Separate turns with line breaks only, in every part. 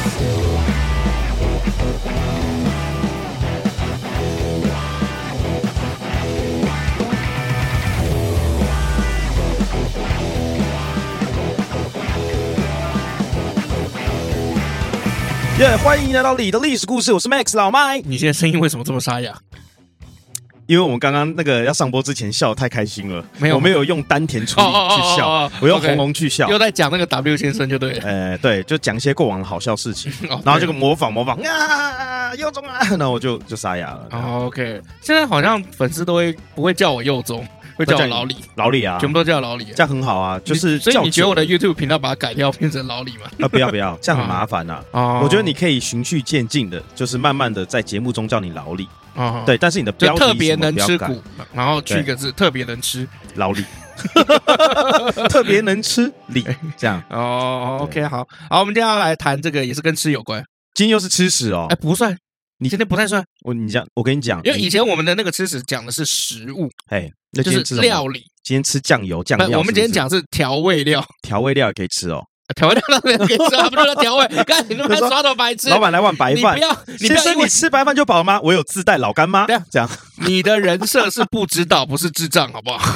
欢迎来到你的历史故事，我是 Max 老麦。
你现在声音为什么这么沙哑？
因为我们刚刚那个要上播之前笑得太开心了，我没有用丹田处理去笑，我用喉咙去笑。
又在讲那个 W 先生就对了。
对，就讲一些过往的好笑事情，然后就模仿啊，佑宗啊，然后我就沙哑了。
OK， 现在好像粉丝都不会叫我佑宗。会叫我老李，
老李啊，
全部都叫老李，
这样很好啊。就是
所以你觉得我的 YouTube 频道把它改掉变成老李吗？
不要，这样很麻烦呐。我觉得你可以循序渐进的，就是慢慢的在节目中叫你老李。对，但是你的标题
特别能吃苦，然后取一个字特别能吃
老李，特别能吃李，这样。
OK， 好，我们接下来谈这个也是跟吃有关。
今天又是吃屎哦，
不算。你今天不太算，
我跟你讲，
因为以前我们的那个吃屎讲的是食物，
那
就是料理。
今天吃酱油酱料，
我们今天讲是调味料，
调味料也可以吃哦。
调味料当然可以吃啊，不是调味。干你他妈耍头白痴！
老板来碗白饭，
先
生你吃白饭就饱了吗？我有自带老干妈，这样。
你的人设是不知道，不是智障，好不好？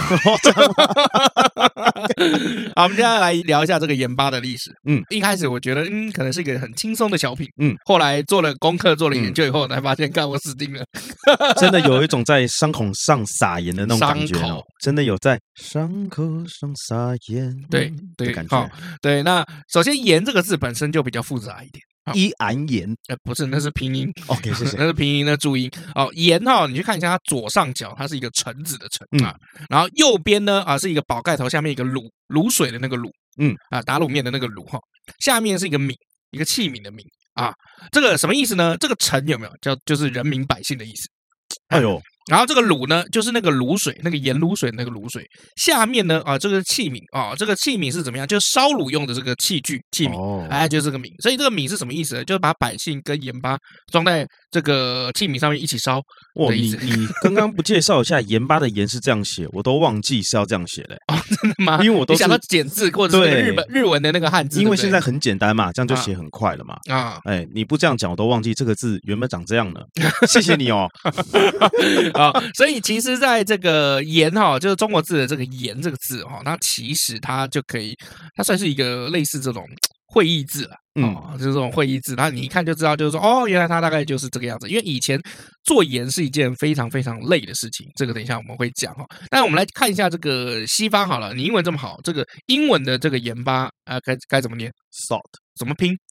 好，我们接下来聊一下这个盐巴的历史。一开始我觉得可能是一个很轻松的小品，后来做了功课，做了研究以后，才发现，干我死定了。
真的有一种在伤口上撒盐的那种感觉哦，真的有在伤口上撒盐，
对，
感觉。
对，那首先盐这个字本身就比较复杂一点。
伊安盐，
不是，那是拼音。
OK， 谢谢，
那是拼音的注音。盐你去看一下，它左上角它是一个橙子的橙啊，然后右边呢是一个宝盖头，下面一个卤水的那个卤，打卤面的那个卤哈，下面是一个皿，一个器皿的皿啊。这个什么意思呢？这个橙有没有就是人民百姓的意思？
哎呦。
然后这个卤呢，就是那个卤水，那个盐卤水那个卤水。下面呢，这个器皿这个器皿是怎么样？就是烧卤用的这个器皿，就是这个皿。所以这个皿是什么意思呢？就是把百姓跟盐巴装在这个器皿上面一起烧的意思。
你刚刚不介绍一下盐巴的盐是这样写，我都忘记是要这样写嘞。
真的吗？
因为我都
你想到简字或者是日文的那个汉字，
因为现在很简单嘛，这样就写很快了嘛。你不这样讲，我都忘记这个字原本长这样呢。谢谢你哦。
所以其实在这个盐就是中国字的这个盐这个字那其实它就可以，它算是一个类似这种会意字了，就是这种会意字，然后你一看就知道，就是说原来它大概就是这个样子。因为以前做盐是一件非常非常累的事情，这个等一下我们会讲但我们来看一下这个西方好了，你英文这么好，这个英文的这个盐巴该怎么念
？Salt
怎么拼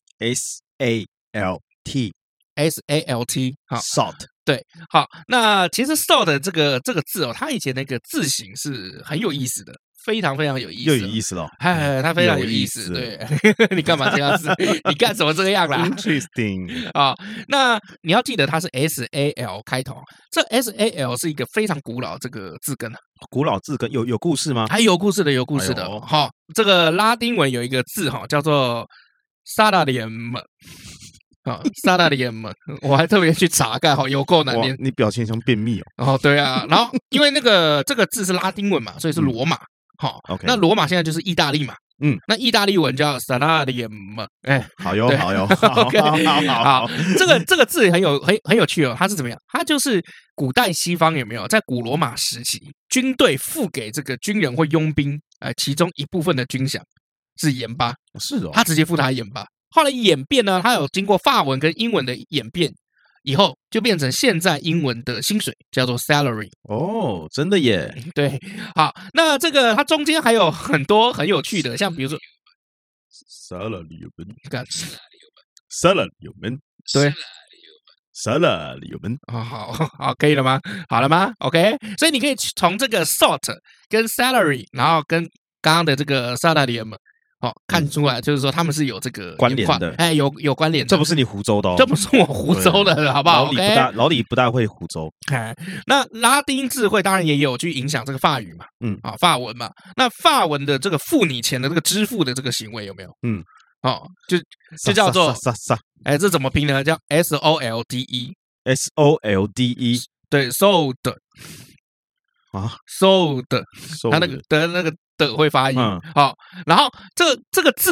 ？SALT
好
，Salt。
对，好，那其实 salt 这个字它以前那个字形是很有意思的，非常非常有意思，
又有意思了。
它非常有意思。对，你干嘛这样子？你干什么这个样啦
？Interesting
那你要记得它是 SAL 开头，这 SAL 是一个非常古老这个字根。
古老字根有故事吗？
还有故事的，有故事的。好，这个拉丁文有一个字叫做 Salarium。萨拉里姆，我还特别去查看，有够难念。
你表情像便秘哦。
对啊，然后因为这个字是拉丁文嘛，所以是罗马。
OK，
那罗马现在就是意大利嘛。那意大利文叫萨拉里姆。
好哟。
OK， 好，这个字很有趣哦。它是怎么样？它就是古代西方有没有在古罗马时期，军队付给这个军人或佣兵其中一部分的军饷是盐巴。
是哦，
他直接付他盐巴。后来演变呢，它有经过法文跟英文的演变以后，就变成现在英文的薪水，叫做 salary。
真的耶。
对，好，那这个它中间还有很多很有趣的，像比如说
salary，
对。
salary，
好，可以了吗？好了吗 ？OK， 所以你可以从这个 salt 跟 salary， 然后跟刚刚的这个 salary。看出来就是说他们是有这个
关联的，
有关联的。
这不是你胡诌的
这不是我胡诌的，好不好？
老李不大会胡诌。
那拉丁智慧当然也有去影响这个法语嘛，法文嘛。那法文的这个付你钱的这个支付的这个行为有没有？就叫做这怎么拼呢？叫 SOLDE。对 ，sold。sold， 它那个的会发音。然后这个字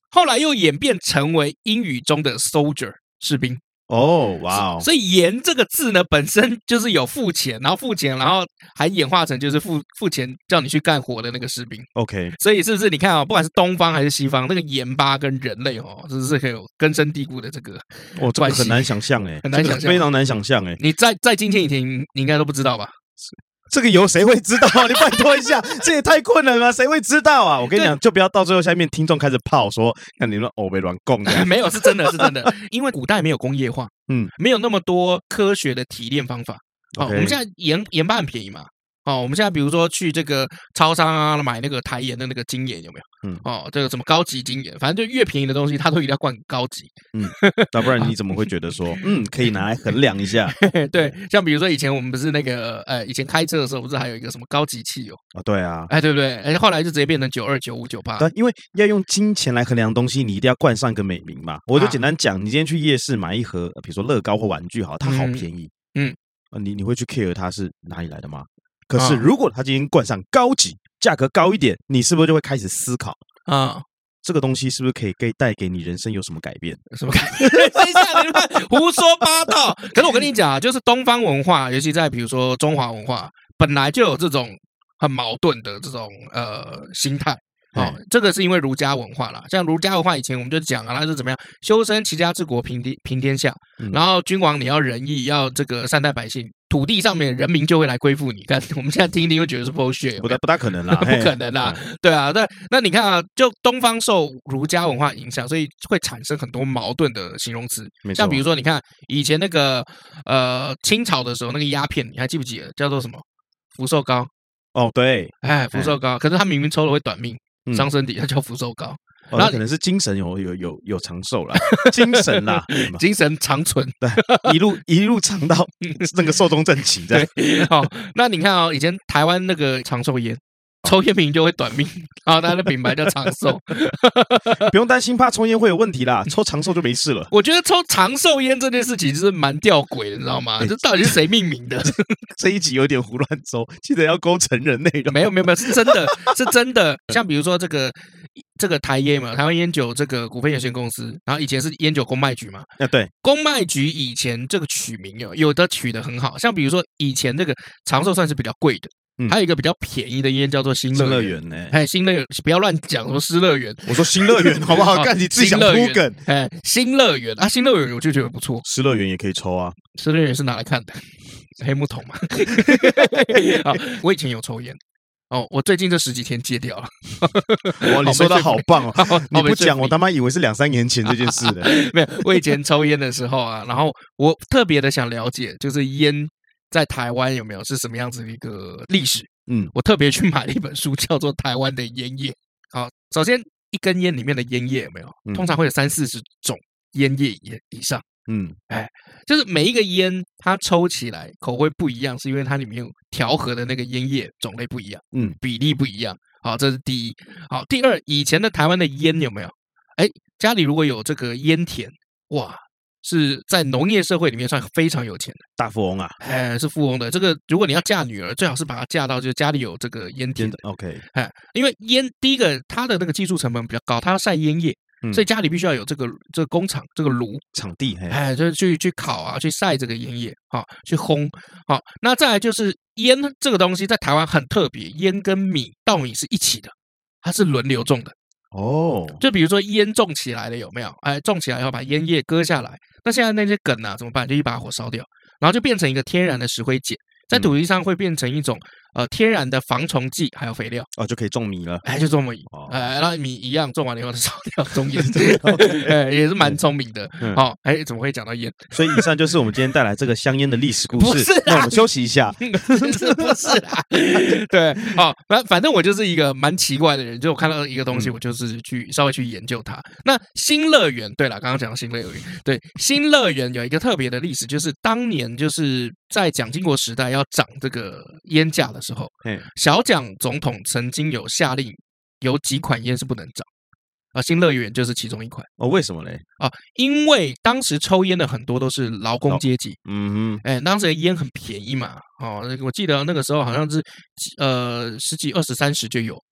后来又演变成为英语中的 soldier 士兵。
哦，哇哦！
所以盐这个字呢，本身就是有付钱，然后还演化成就是付钱叫你去干活的那个士兵。
OK，
所以是不是你看不管是东方还是西方，那个盐巴跟人类这是很有根深蒂固的这个
这个很难想象
很难想象，
非常难想象
你在今天以前你应该都不知道吧？
这个有谁会知道？你拜托一下，这也太困难了，谁会知道啊？我跟你讲，就不要到最后下面听众开始泡说，看你们被乱供的。
没有，是真的，因为古代没有工业化，没有那么多科学的提炼方法。我们现在盐巴很便宜嘛。我们现在比如说去这个超商啊，买那个台盐的那个精盐有没有？这个什么高级精盐，反正就越便宜的东西，它都一定要灌高级。
那不然你怎么会觉得说，可以拿来衡量一下？
对，像比如说以前我们不是那个以前开车的时候不是还有一个什么高级汽油
啊？对啊，
对不对？后来就直接变成92、95、98。
对，因为要用金钱来衡量东西，你一定要冠上一个美名嘛。我就简单讲，你今天去夜市买一盒，比如说乐高或玩具，好，它好便宜，你会去 care 它是哪里来的吗？可是，如果他今天冠上高级，价格高一点，你是不是就会开始思考这个东西是不是可以带给你人生有什么改变？
什么改变？等一下，你们胡说八道。可是我跟你讲就是东方文化，尤其在比如说中华文化，本来就有这种很矛盾的这种心态。这个是因为儒家文化啦，像儒家文化以前我们就讲它是怎么样，修身齐家治国平天下，然后君王你要仁义，要这个善待百姓，土地上面人民就会来归附你。看我们现在听一听会觉得是 bullshit，
不大可能啦，
不可能啦，对啊，那你看啊，就东方受儒家文化影响，所以会产生很多矛盾的形容词，像比如说你看以前那个清朝的时候那个鸦片，你还记不记得叫做什么福寿膏？
对，
福寿膏，可是他明明抽了会短命。伤身体，它叫福寿膏，
然后可能是精神有长寿啦，精神啦，
精神长存，
对，一路长到那个寿终正寝，对。
那你看以前台湾那个长寿烟，抽烟民就会短命，它的品牌叫长寿，
不用担心，怕抽烟会有问题啦，抽长寿就没事了。
我觉得抽长寿烟这件事情就是蛮吊诡的，你知道吗？这到底是谁命名的？
这一集有点胡乱抽，记得要勾成人内容。
没有，是真的，是真的。像比如说这个台烟嘛，台湾烟酒这个股份有限公司，然后以前是烟酒公卖局嘛，
对，
公卖局以前这个取名有的取得很好，像比如说以前这个长寿算是比较贵的。还有一个比较便宜的烟叫做新乐园呢，新乐园不要乱讲什么失乐园，
我说新乐园好不好？干你自己想铺梗，
新乐园啊，新乐园我就觉得不错，
失乐园也可以抽啊，
失乐园是拿来看的，黑木桶嘛。我以前有抽烟。我最近这10几天戒掉了。
哇，你说的好棒哦！你不讲，我他妈以为是2、3年前这件事的。
没有，我以前抽烟的时候啊，然后我特别的想了解，就是烟在台湾有没有是什么样子的一个历史？我特别去买了一本书，叫做《台湾的烟叶》。好，首先一根烟里面的烟叶有没有？通常会有30-40种烟叶以上。就是每一个烟它抽起来口味不一样，是因为它里面有调和的那个烟叶种类不一样，比例不一样。好，这是第一。好，第二，以前的台湾的烟有没有？家里如果有这个烟田，哇，是在农业社会里面算非常有钱的
大富翁啊！
是富翁的。这个如果你要嫁女儿，最好是把她嫁到就是家里有这个烟田的。
OK，
因为烟第一个它的那个技术成本比较高，它要晒烟叶。所以家里必须要有这个工厂，这个炉
场地，
就是去烤啊，去晒这个烟叶，去烘，那再来就是烟这个东西在台湾很特别，烟跟稻米是一起的，它是轮流种的。就比如说烟种起来了有没有？种起来以后把烟叶割下来，那现在那些梗啊怎么办？就一把火烧掉，然后就变成一个天然的石灰碱，在土地上会变成一种天然的防虫剂，还有肥料
就可以种米了。
就种米，然后米一样种完了以后烧掉种烟，也是蛮聪明的。怎么会讲到烟？
所以以上就是我们今天带来这个香烟的历史故事。
不是，
那我们休息一下。
不是啦，对，反正我就是一个蛮奇怪的人，就我看到一个东西，我就是稍微去研究它。那新乐园，对了，刚刚讲到新乐园，对，新乐园有一个特别的历史，就是当年就是在蒋经国时代要涨这个烟价的时候，小蒋总统曾经有下令，有几款烟是不能涨新乐园就是其中一款。
为什么嘞？
因为当时抽烟的很多都是劳工阶级，当时的烟很便宜嘛，我记得那个时候好像是10几、20、30就有，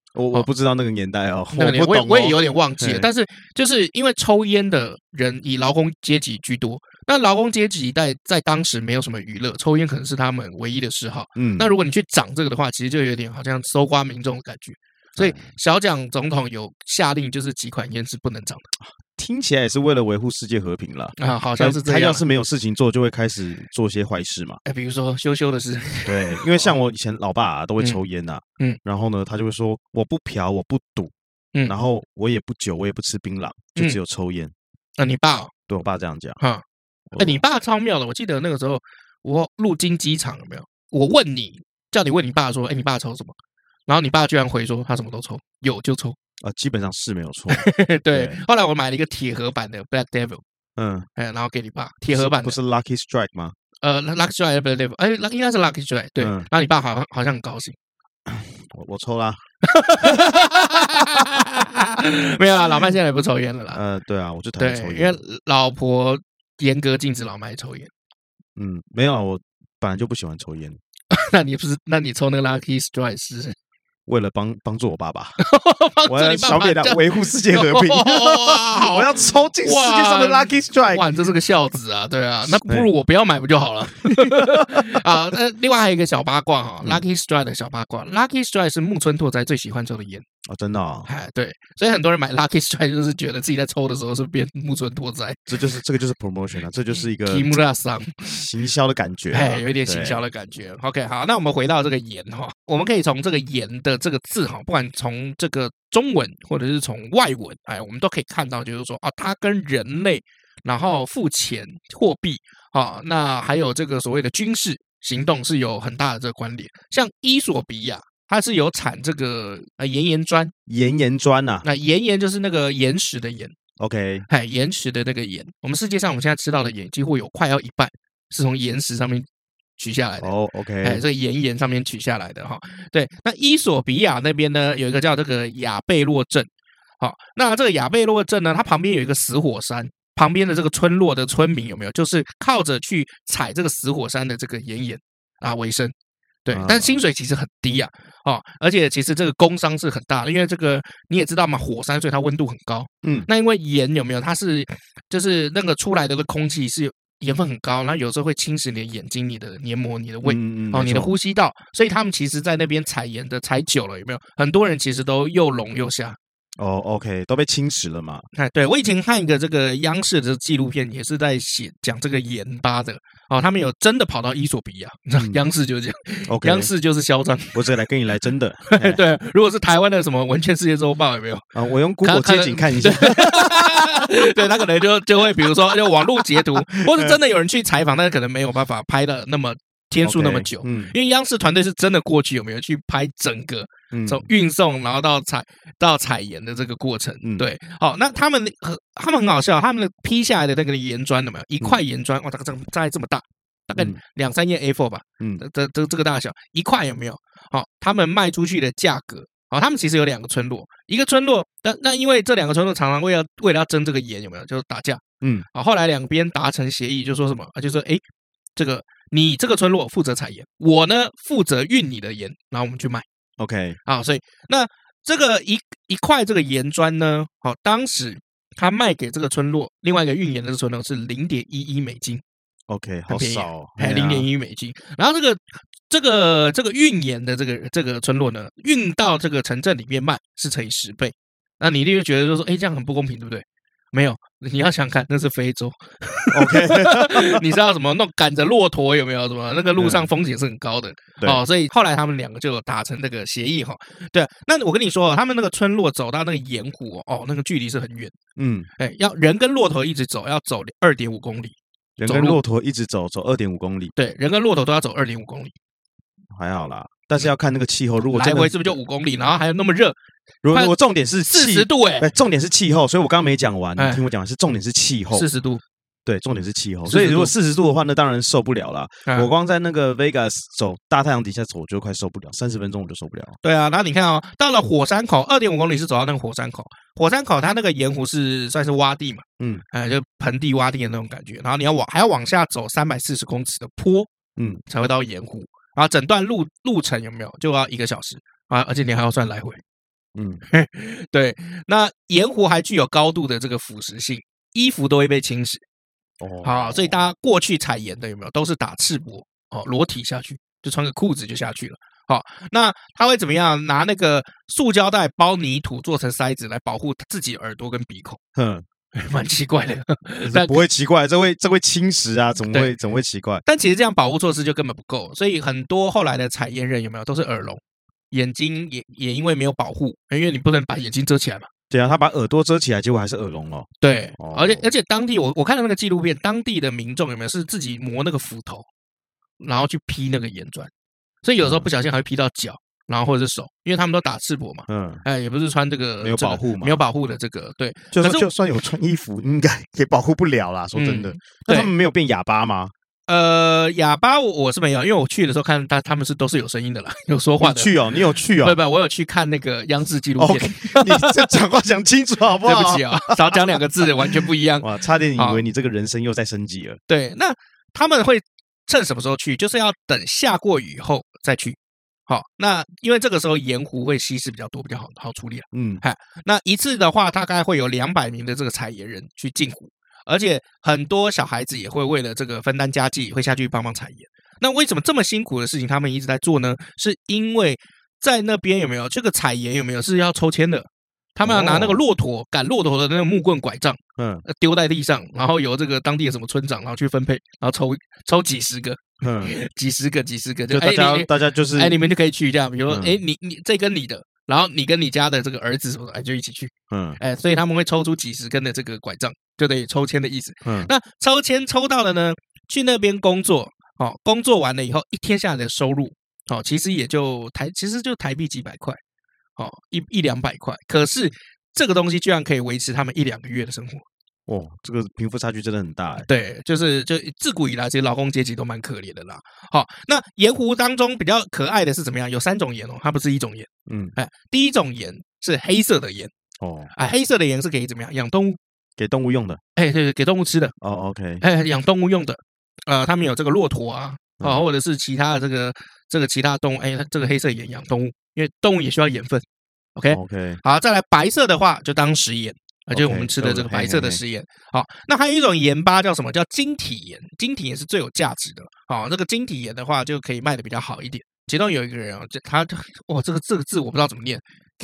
我不知道那个年代哦，
我也有点忘记了。但是就是因为抽烟的人以劳工阶级居多，那劳工阶级在当时没有什么娱乐，抽烟可能是他们唯一的嗜好。那如果你去长这个的话，其实就有点好像搜刮民众的感觉。所以小蒋总统有下令，就是几款烟是不能长的。
听起来也是为了维护世界和平啦。
好像是这样。
他要是没有事情做，就会开始做些坏事嘛。
比如说羞的事。
对，因为像我以前老爸都会抽烟呐，然后呢，他就会说我不嫖，我不赌，然后我也不酒，我也不吃槟榔，就只有抽烟。
你爸？
对我爸这样讲。
你爸超妙的，我记得那个时候我入京机场有没有？我问你，叫你问你爸说，你爸抽什么？然后你爸居然回说他什么都抽，有就抽。
基本上是没有错。
对，后来我买了一个铁盒版的 Black Devil， 然后给你爸铁盒版的，
不是 Lucky Strike 吗
？Lucky Strike Black Devil， 应该是 Lucky Strike。对，然后你爸好像很高兴。
我抽啦。
没有啊，老麦现在也不抽烟了啦。
对啊，我就讨厌抽烟，
因为老婆严格禁止老麦抽烟。
没有，我本来就不喜欢抽烟。
那你抽那个 Lucky Strike 是？
为了帮助我爸爸，我要消灭他，维护世界和平。我要抽进世界上的 Lucky Strike。
哇，这是个孝子啊！对啊，那不如我不要买不就好了？另外还有一个小八卦哈，Lucky Strike 的小八卦 ，Lucky Strike 是木村拓哉最喜欢抽的烟。
真的。
对，所以很多人买 Lucky Strike 就是觉得自己在抽的时候是变木村拓哉。
这个就是 promotion 啊，这就是一个行销的感觉。
有一点行销的感觉。OK， 好，那我们回到这个盐哈，我们可以从这个盐的这个字哈，不管从这个中文或者是从外文，我们都可以看到，就是说它跟人类，然后付钱、货币那还有这个所谓的军事行动是有很大的这个关联。像伊索比亚，它是有产这个岩砖，那岩就是那个岩石的岩。
OK，
岩石的那个岩，我们世界上我们现在吃到的盐，几乎有快要一半是从岩石上面取下来的。
OK，
这个岩上面取下来的哈。对，那伊索比亚那边呢，有一个叫这个亚贝洛镇。那这个亚贝洛镇呢，它旁边有一个死火山，旁边的这个村落的村民有没有，就是靠着去采这个死火山的这个岩为生。对，但是薪水其实很低啊，而且其实这个工伤是很大的，因为这个你也知道嘛，火山所以它温度很高。那因为盐有没有，它是就是那个出来的空气是盐分很高，然后有时候会侵蚀你的眼睛、你的黏膜、你的胃，你的呼吸道，所以他们其实在那边采盐的采久了，有没有？很多人其实都又聋又瞎。
OK， 都被侵蚀了嘛？
对，我以前看一个这个央视的纪录片，也是在讲这个盐巴的。他们有真的跑到伊索比亚，央视就是这样。央视就是嚣张，
我这来跟你来真的。
对，如果是台湾的什么文茜世界周报有没有？
我用 Google 街景看一下。
对，他可能就会比如说用网络截图，或是真的有人去采访，但是可能没有办法拍的那么天数那么久，因为央视团队是真的过去有没有去拍整个从运送然后到采盐的这个过程。对，那他们很好笑，他们批下来的那个盐砖有没有一块盐砖大概这么大，大概2-3页 A4 吧，这个大小一块有没有？他们卖出去的价格。他们其实有2个村落，一个村落，那因为这2个村落常常为了要争这个盐有没有，就打架。后来两边达成协议，就说什么就说这个你这个村落负责采盐，我呢负责运你的盐，然后我们去卖。
OK，
所以那这个一块这个盐砖呢，当时他卖给这个村落另外一个运盐的村落是$0.11美金。
OK， 好少
，$0.11美金。然后这个运盐的这个村落呢，运到这个城镇里面卖是乘以10倍。那你一定会觉得说，这样很不公平，对不对？没有，你要想看，那是非洲。
OK，
你知道什么？赶着骆驼有没有？什么那个路上风险是很高的。所以后来他们2个就有达成这个协议。对，那我跟你说，他们那个村落走到那个盐湖那个距离是很远。要人跟骆驼一直走，要走2.5公里。
人跟骆驼一直走2.5公里。
对，人跟骆驼都要走2.5公里。
还好啦，但是要看那个气候。如果
来回是不是就5公里？然后还有那么热？
如果重点是
40度
重点是气候，所以我刚刚没讲完，你听我讲完是重点是气候。
40度，
对，重点是气候。所以如果40度的话，那当然受不了啦。我光在那个 Vegas 走大太阳底下走，我就快受不了，30分钟我就受不了。
对啊，然后你看到了火山口2.5公里是走到那个火山口，火山口它那个盐湖是算是洼地嘛，就盆地洼地的那种感觉。然后你还要往下走340公尺的坡，才会到盐湖。然后整段路程有没有就要1个小时而且你还要算来回。 对，那盐湖还具有高度的这个腐蚀性，衣服都会被侵蚀。好，所以大家过去采盐的有没有都是打赤膊裸体下去，就穿个裤子就下去了。好，那他会怎么样？拿那个塑胶袋包泥土做成塞子来保护自己耳朵跟鼻孔。蛮奇怪的，
但不会奇怪，这会侵蚀啊，怎么会奇怪？
但其实这样保护措施就根本不够，所以很多后来的采盐人有没有都是耳聋，眼睛也因为没有保护，因为你不能把眼睛遮起来嘛。
对啊，他把耳朵遮起来，结果还是耳聋哦。
对，而且当地我看到那个纪录片，当地的民众有没有是自己磨那个斧头，然后去劈那个盐砖，所以有时候不小心还会劈到脚。然后或者是手，因为他们都打赤膊嘛，也不是穿这个
没有保护嘛，
没有保护的这个，对，
就算有穿衣服，应该也保护不了啦。说真的，那他们没有变哑巴吗？
哑巴我是没有，因为我去的时候看他们都是有声音的啦，有说话的。
你有去哦？
不，我有去看那个央视纪录片。
你这讲话讲清楚好不好？
对不起啊，少讲2个字，完全不一样。
哇，差点以为你这个人生又在升级了。
对，那他们会趁什么时候去？就是要等下过雨以后再去。好，那因为这个时候盐湖会稀释比较多，比较好处理啊。那一次的话，大概会有200名的这个采盐人去进湖，而且很多小孩子也会为了这个分担家计，会下去帮忙采盐。那为什么这么辛苦的事情他们一直在做呢？是因为在那边有没有这个采盐有没有是要抽签的？他们要拿那个骆驼赶骆驼的那个木棍拐杖，丢在地上，然后由这个当地的什么村长，然后去分配，然后抽几十个，几十个，
就大家就是
你们就可以去这样，比如说你这根你的，然后你跟你家的这个儿子什么的，就一起去，所以他们会抽出几十根的这个拐杖，就等于抽签的意思。那抽签抽到了呢，去那边工作，工作完了以后一天下来的收入，其实也就台币几百块。100-200块，可是这个东西居然可以维持他们1-2个月的生活。
这个贫富差距真的很大。
对，就自古以来，其实劳工阶级都蛮可怜的啦。好，那盐湖当中比较可爱的是怎么样？有3种盐哦，它不是1种盐。第一种盐是黑色的盐。黑色的盐是可以怎么样？养动物，
给动物用的。
对，给动物吃的。
OK。
养动物用的。他们有这个骆驼啊，或者是其他的这个其他动物，这个黑色盐养动物。因为动物也需要盐分 ，OK， 好，再来白色的话就当食盐，就是我们吃的这个白色的食盐。好，那还有一种盐巴叫什么？叫晶体盐，晶体盐是最有价值的。这个晶体盐的话就可以卖的比较好一点。其中有一个人他这个字我不知道怎么念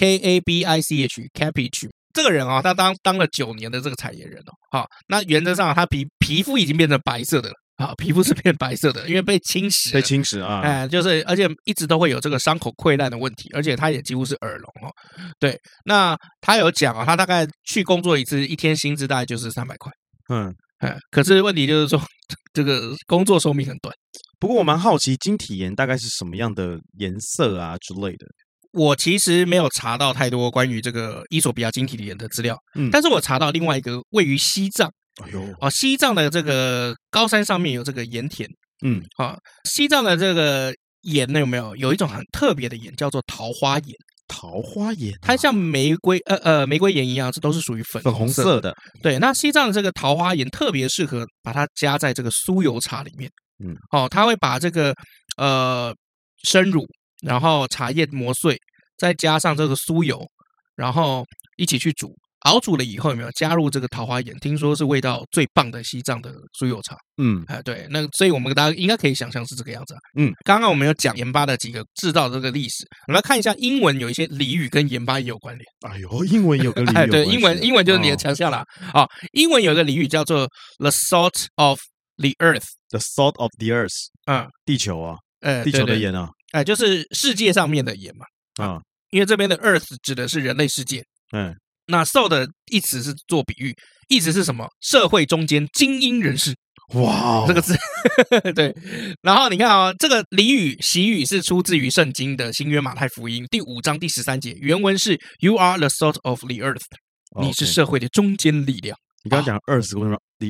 ，Kabich， 这个人他当了9年的这个采盐人好，那原则上他皮肤已经变成白色的了。皮肤是变白色的，因为被侵蚀啊，就是而且一直都会有这个伤口溃烂的问题，而且他也几乎是耳聋对，那他有讲他大概去工作一次，一天薪资大概就是300块。可是问题就是说，这个工作寿命很短。
不过我蛮好奇，晶体盐大概是什么样的颜色啊之类的？
我其实没有查到太多关于这个伊索比亚晶体盐的资料，但是我查到另外一个位于西藏。西藏的这个高山上面有这个盐田，西藏的这个盐呢有一种很特别的盐叫做桃花盐。
桃花盐，
它像玫瑰盐一样，这都是属于粉红色的。对，那西藏的这个桃花盐特别适合把它加在这个酥油茶里面。它会把这个生乳，然后茶叶磨碎，再加上这个酥油，然后一起去煮。熬煮了以后有没有加入这个桃花盐？听说是味道最棒的西藏的酥油茶。对，那所以我们大家应该可以想象是这个样子。刚刚我们有讲盐巴的几个制造的这个历史，我们来看一下英文有一些俚语跟盐巴也有关联。
英文有个俚语，
对，英文就是你的强项啦。英文有一个俚语叫做 "the salt of the earth"，the
salt of the earth，地球啊，地球的盐啊，
就是世界上面的盐嘛。因为这边的 earth 指的是人类世界。那 salt 的一词是做比喻，意思是什么？社会中间精英人士。这个字对。然后你看这个俚语习语是出自于圣经的新约马太福音第5章第13节，原文是 "You are the salt of the earth"， 你是社会的中坚力量。
你刚刚讲 earth， 为什么 the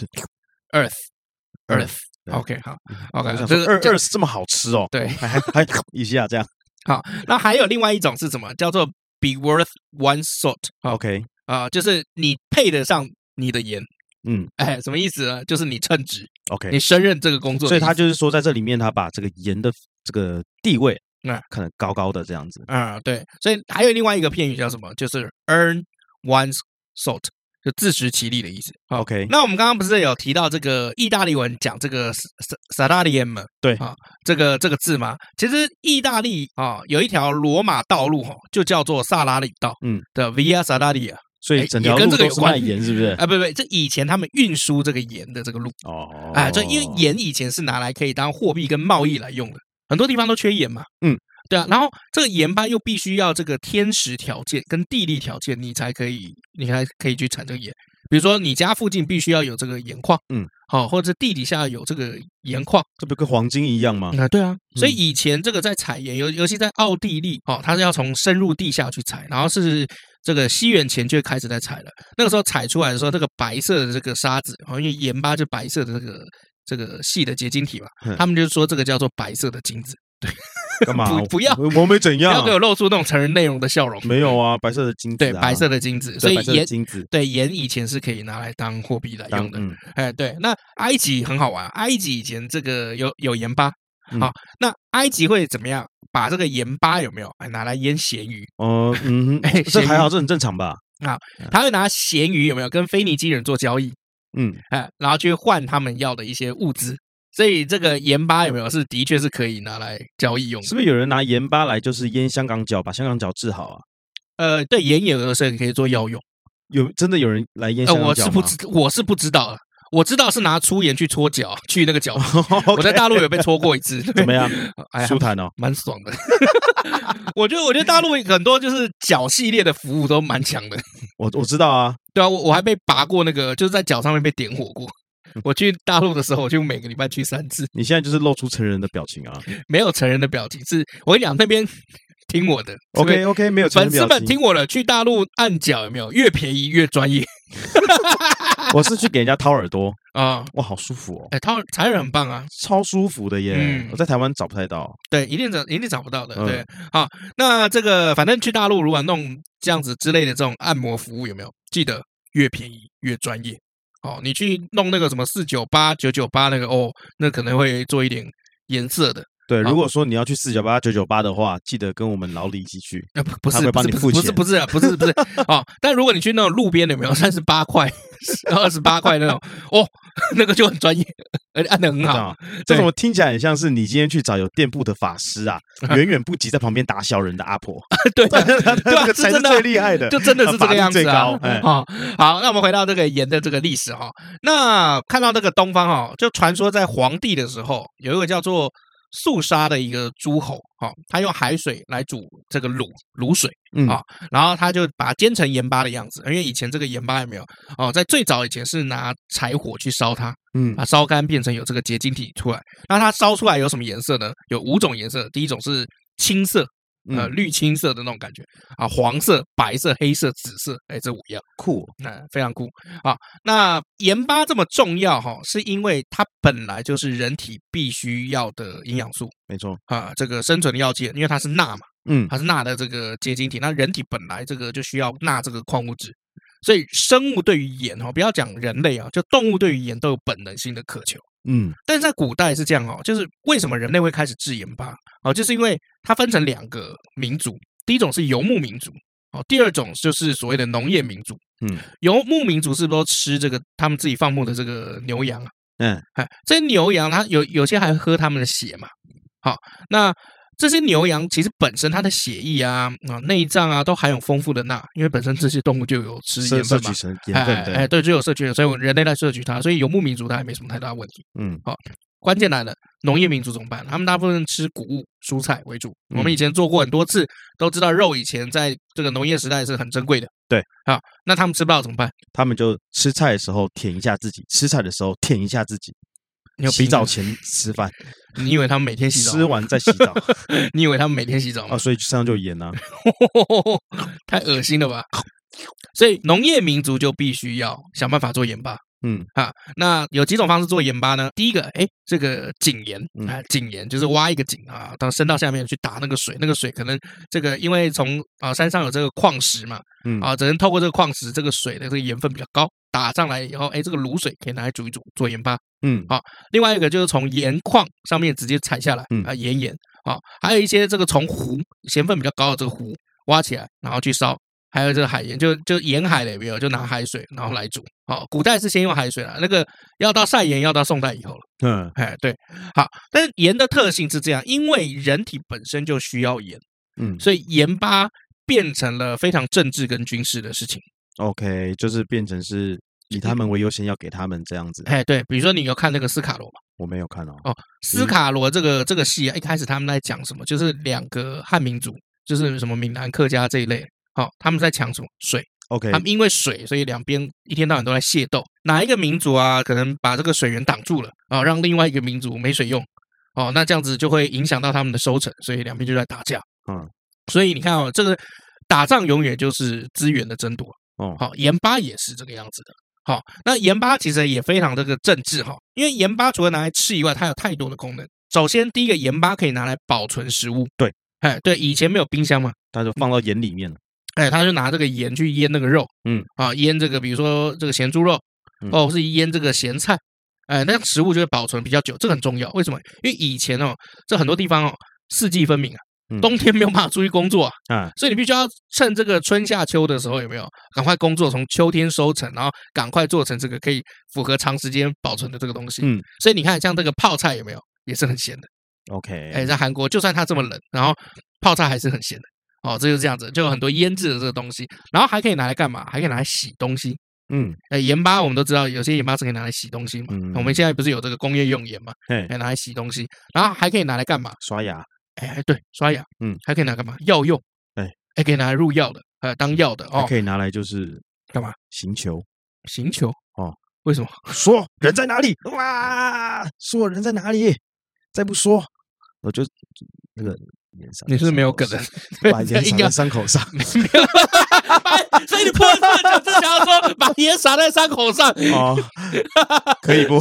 earth？OK， 好 ，OK，
这个 earth 这么好吃哦。
对，
还一下这样。
好，那还有另外一种是什么？叫做 be worth one salt。OK， 就是你配得上你的盐。什么意思呢？就是你称职。OK， 你胜任这个工作。
所以他就是说，在这里面他把这个盐的这个地位可能高高的这样子。
对，所以还有另外一个片语叫什么？就是 earn one's salt， 就自食其力的意思。
OK，
那我们刚刚不是有提到这个意大利文讲这个 salarium
对
啊，这个字吗？其实意大利有一条罗马道路就叫做萨拉里道，的 Via Salaria。
所以整条路都是卖盐，是不是？
不，这以前他们运输这个盐的这个路这因为盐以前是拿来可以当货币跟贸易来用的，很多地方都缺盐嘛，对啊。然后这个盐巴又必须要这个天时条件跟地利条件，你才可以去产这个盐。比如说你家附近必须要有这个盐矿，或者地底下有这个盐矿，
这不跟黄金一样吗？
对啊，所以以前这个在采盐，尤其在奥地利它是要从深入地下去采，然后是这个西元前就开始在采了。那个时候采出来的时候，这个白色的这个沙子，因为盐巴就白色的这个细的结晶体嘛，他们就说这个叫做白色的金子。对，
干嘛？
不要，
我没怎样，
不要给我露出那种成人内容的笑容。
没有啊，白色的金子，
对，白色的金子，所以盐，
对，
盐以前是可以拿来当货币来用的。对，那埃及很好玩，埃及以前这个有盐巴，那埃及会怎么样？把这个盐巴有没有拿来腌咸鱼？
这还好，这很正常吧？
他会拿咸鱼有没有跟腓尼基人做交易？然后去换他们要的一些物资。所以这个盐巴有没有的确是可以拿来交易用的？
是不是有人拿盐巴来就是腌香港脚，把香港脚治好啊？
对，盐有的时候可以做药用。
真的有人来腌香港脚吗？
我是不知道。我知道是拿粗盐去搓脚，去那个脚。我在大陆有被搓过一次，
怎么样？舒坦哦，
蛮爽的。我觉得大陆很多就是脚系列的服务都蛮强的。
我知道啊，
对啊，我还被拔过那个，就是在脚上面被点火过。我去大陆的时候，我就每个礼拜去3次。
你现在就是露出成人的表情啊？
没有成人的表情，是我跟你讲那边听我的。
OK， 没有成人表情。
粉丝们听我的，去大陆按脚有没有？越便宜越专业。
我是去给人家掏耳朵
啊，
哇，好舒服哦！
掏采耳很棒啊，
超舒服的耶！我在台湾找不太到，
对，一定找不到的。对，好，那这个反正去大陆如果弄这样子之类的这种按摩服务有没有？记得越便宜越专业。你去弄那个什么498、998那个那可能会做一点颜色的。
对，如果说你要去498、998的话，记得跟我们老李一起去。
不是，
他会帮你付钱。
不是但如果你去那种路边的，有没有38块、28块那种，那个就很专业，而且按得很好。
这怎么听起来很像是你今天去找有店铺的法师啊，远远不及在旁边打小人的阿婆。
对，
这个才是最厉害的，
就真的是这个样子啊。
好，
那我们回到这个盐的这个历史哈。那看到这个东方就传说在黄帝的时候，有一个叫做肃杀的一个诸侯，他用海水来煮这个卤水然后他就把它煎成盐巴的样子。因为以前这个盐巴有没有在最早以前是拿柴火去烧它，把烧干变成有这个结晶体出来。那它烧出来有什么颜色呢？有5种颜色，第一种是青色。绿青色的那种感觉黄色、白色、黑色、紫色，这5样
酷，
非常酷那盐巴这么重要是因为它本来就是人体必须要的营养素，
没错
这个生存的要件，因为它是钠嘛，它是钠的这个结晶体，那人体本来这个就需要钠这个矿物质，所以生物对于盐不要讲人类就动物对于盐都有本能性的渴求。但是在古代是这样就是为什么人类会开始制盐巴就是因为它分成2个民族，第一种是游牧民族第二种就是所谓的农业民族。游牧民族是不是都吃这个他们自己放牧的这个牛羊这些牛羊它有些还喝他们的血嘛。那这些牛羊其实本身它的血液内脏都含有丰富的钠，因为本身这些动物就有吃盐分嘛，对，就有摄取，所以人类在摄取它，所以游牧民族它也没什么太大问题。关键来了，农业民族怎么办？他们大部分吃谷物、蔬菜为主。我们以前做过很多次，都知道肉以前在这个农业时代是很珍贵的。
对，
那他们吃不到怎么办？
他们就吃菜的时候舔一下自己，吃菜的时候舔一下自己。洗澡前吃饭，
你以为他们每天洗澡？
吃完再洗澡，
你以为他们每天洗澡吗？
所以身上就有盐啊，
太恶心了吧！所以农业民族就必须要想办法做盐巴。那有几种方式做盐巴呢？第一个，这个井盐井盐就是挖一个井到伸到下面去打那个水，那个水可能这个因为从山上有这个矿石嘛，只能透过这个矿石，这个水的这个盐分比较高，打上来以后，这个卤水可以拿来煮一煮做盐巴。另外一个就是从盐矿上面直接采下来盐啊，还有一些这个从湖咸分比较高的这个湖挖起来，然后去烧。还有这个海盐，就沿海的有没有？就拿海水然后来煮。好，古代是先用海水啦，那个要到晒盐要到宋代以后了。对，好，但是盐的特性是这样，因为人体本身就需要盐，所以盐巴变成了非常政治跟军事的事情。
OK， 就是变成是以他们为优先，要给他们这样子。
对，比如说你有看那个斯卡罗吗？
我没有看哦。
斯卡罗这个戏啊，一开始他们在讲什么？就是两个汉民族，就是什么闽南客家这一类。他们在抢什么水
？OK，
他们因为水，所以两边一天到晚都在械斗。哪一个民族啊，可能把这个水源挡住了啊，让另外一个民族没水用那这样子就会影响到他们的收成，所以两边就在打架。所以你看这个打仗永远就是资源的争夺。盐巴也是这个样子的。那盐巴其实也非常这个政治因为盐巴除了拿来吃以外，它有太多的功能。首先，第一个，盐巴可以拿来保存食物。对，以前没有冰箱嘛，
它就放到盐里面了。
他就拿这个盐去腌那个肉，腌这个，比如说这个咸猪肉，或是腌这个咸菜，那样食物就会保存比较久，这个很重要。为什么？因为以前这很多地方四季分明啊，冬天没有办法出去工作所以你必须要趁这个春夏秋的时候，有没有赶快工作，从秋天收成，然后赶快做成这个可以符合长时间保存的这个东西。所以你看，像这个泡菜有没有，也是很咸的。
OK，
在韩国，就算它这么冷，然后泡菜还是很咸的。这就是这样子，就有很多腌制的这个东西，然后还可以拿来干嘛？还可以拿来洗东西。盐巴我们都知道，有些盐巴是可以拿来洗东西嘛。我们现在不是有这个工业用盐嘛？拿来洗东西，然后还可以拿来干嘛？
刷牙。
对，刷牙。还可以拿来干嘛？药用。可以拿来入药的，当药的
还可以拿来就是
干嘛？
行球。
行球为什么？
说人在哪里？哇！说人在哪里？再不说，我就那个。
你是没有梗的，
把盐撒在伤口上，
所以你破这就想要说把盐撒在伤口上
可以不？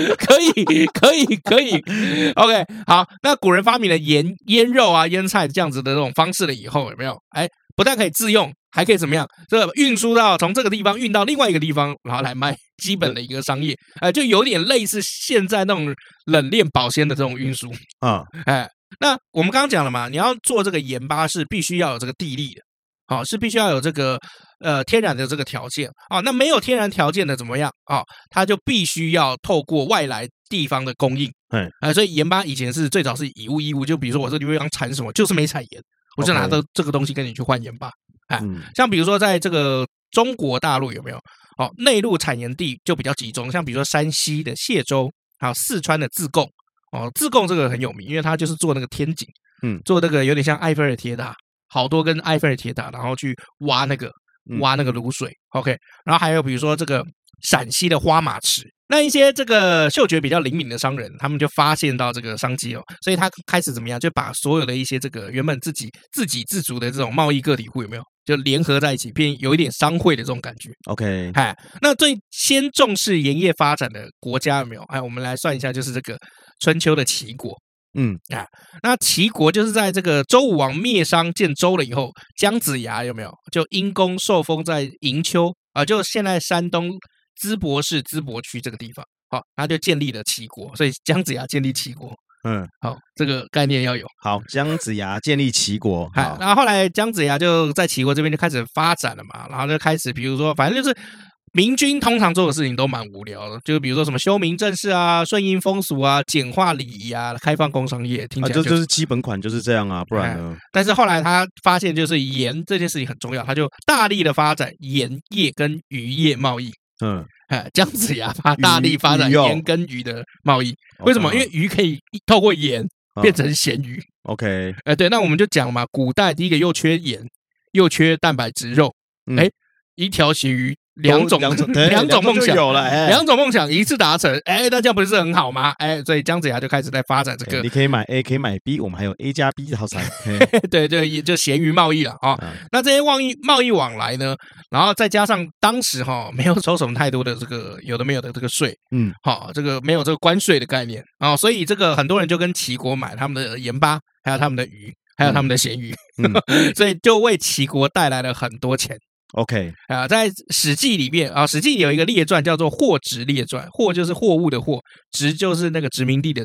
可以 ，OK， 好，那古人发明了腌肉啊、腌菜这样子的这种方式了以后，有没有？不但可以自用，还可以怎么样？这运输到从这个地方运到另外一个地方，然后来卖基本的一个商业，就有点类似现在那种冷链保鲜的这种运输那我们刚刚讲了嘛，你要做这个盐巴是必须要有这个地利的，是必须要有这个天然的这个条件那没有天然条件的怎么样它就必须要透过外来地方的供应。所以盐巴以前是最早是以物易物，就比如说我这地方产什么，就是没产盐，我就拿着这个东西跟你去换盐巴。像比如说在这个中国大陆有没有内陆产盐地就比较集中，像比如说山西的谢州，还有四川的自贡。自贡这个很有名，因为它就是做那个天井，做那个有点像埃菲尔铁塔，好多根埃菲尔铁塔，然后去挖那个卤水。OK， 然后还有比如说这个陕西的花马池，那一些这个嗅觉比较灵敏的商人，他们就发现到这个商机所以他开始怎么样，就把所有的一些这个原本自给自足的这种贸易个体户有没有，就联合在一起，变有一点商会的这种感觉。
OK，
那最先重视盐业发展的国家有没有？我们来算一下，就是这个春秋的齐国。那齐国就是在这个周武王灭商建周了以后，姜子牙有没有就因公受封在营丘就现在山东淄博市淄博区这个地方，他就建立了齐国，所以姜子牙建立齐国。好，这个概念要有。
好，姜子牙建立齐国。
然后后来姜子牙就在齐国这边就开始发展了嘛，然后就开始比如说，反正就是明君通常做的事情都蛮无聊的，就比如说什么修明政事啊、顺应风俗啊、简化礼仪啊、开放工商业，听起来
就是基本款就是这样啊，不然呢？
但是后来他发现，就是盐这件事情很重要，他就大力的发展盐业跟渔业贸易。姜子牙大力发展盐跟鱼的贸易，为什么？因为鱼可以透过盐变成咸鱼。
OK，
对，那我们就讲嘛，古代第一个又缺盐，又缺蛋白质肉，一条咸鱼。两种梦想
有了，
两种梦想一次达成，那这样不是很好吗？所以姜子牙就开始在发展这个，
你可以买 A， 可以买 B， 我们还有 A 加 B 套餐。
对，就咸鱼贸易了那这些贸易往来呢，然后再加上当时没有收什么太多的这个有的没有的这个税，这个没有这个关税的概念所以这个很多人就跟齐国买他们的盐巴，还有他们的鱼，还有他们的咸鱼，所以就为齐国带来了很多钱。
OK
在《史记》里面史记有一个列传叫做《货殖列传》，货就是货物的货，殖就是那个殖民地的殖。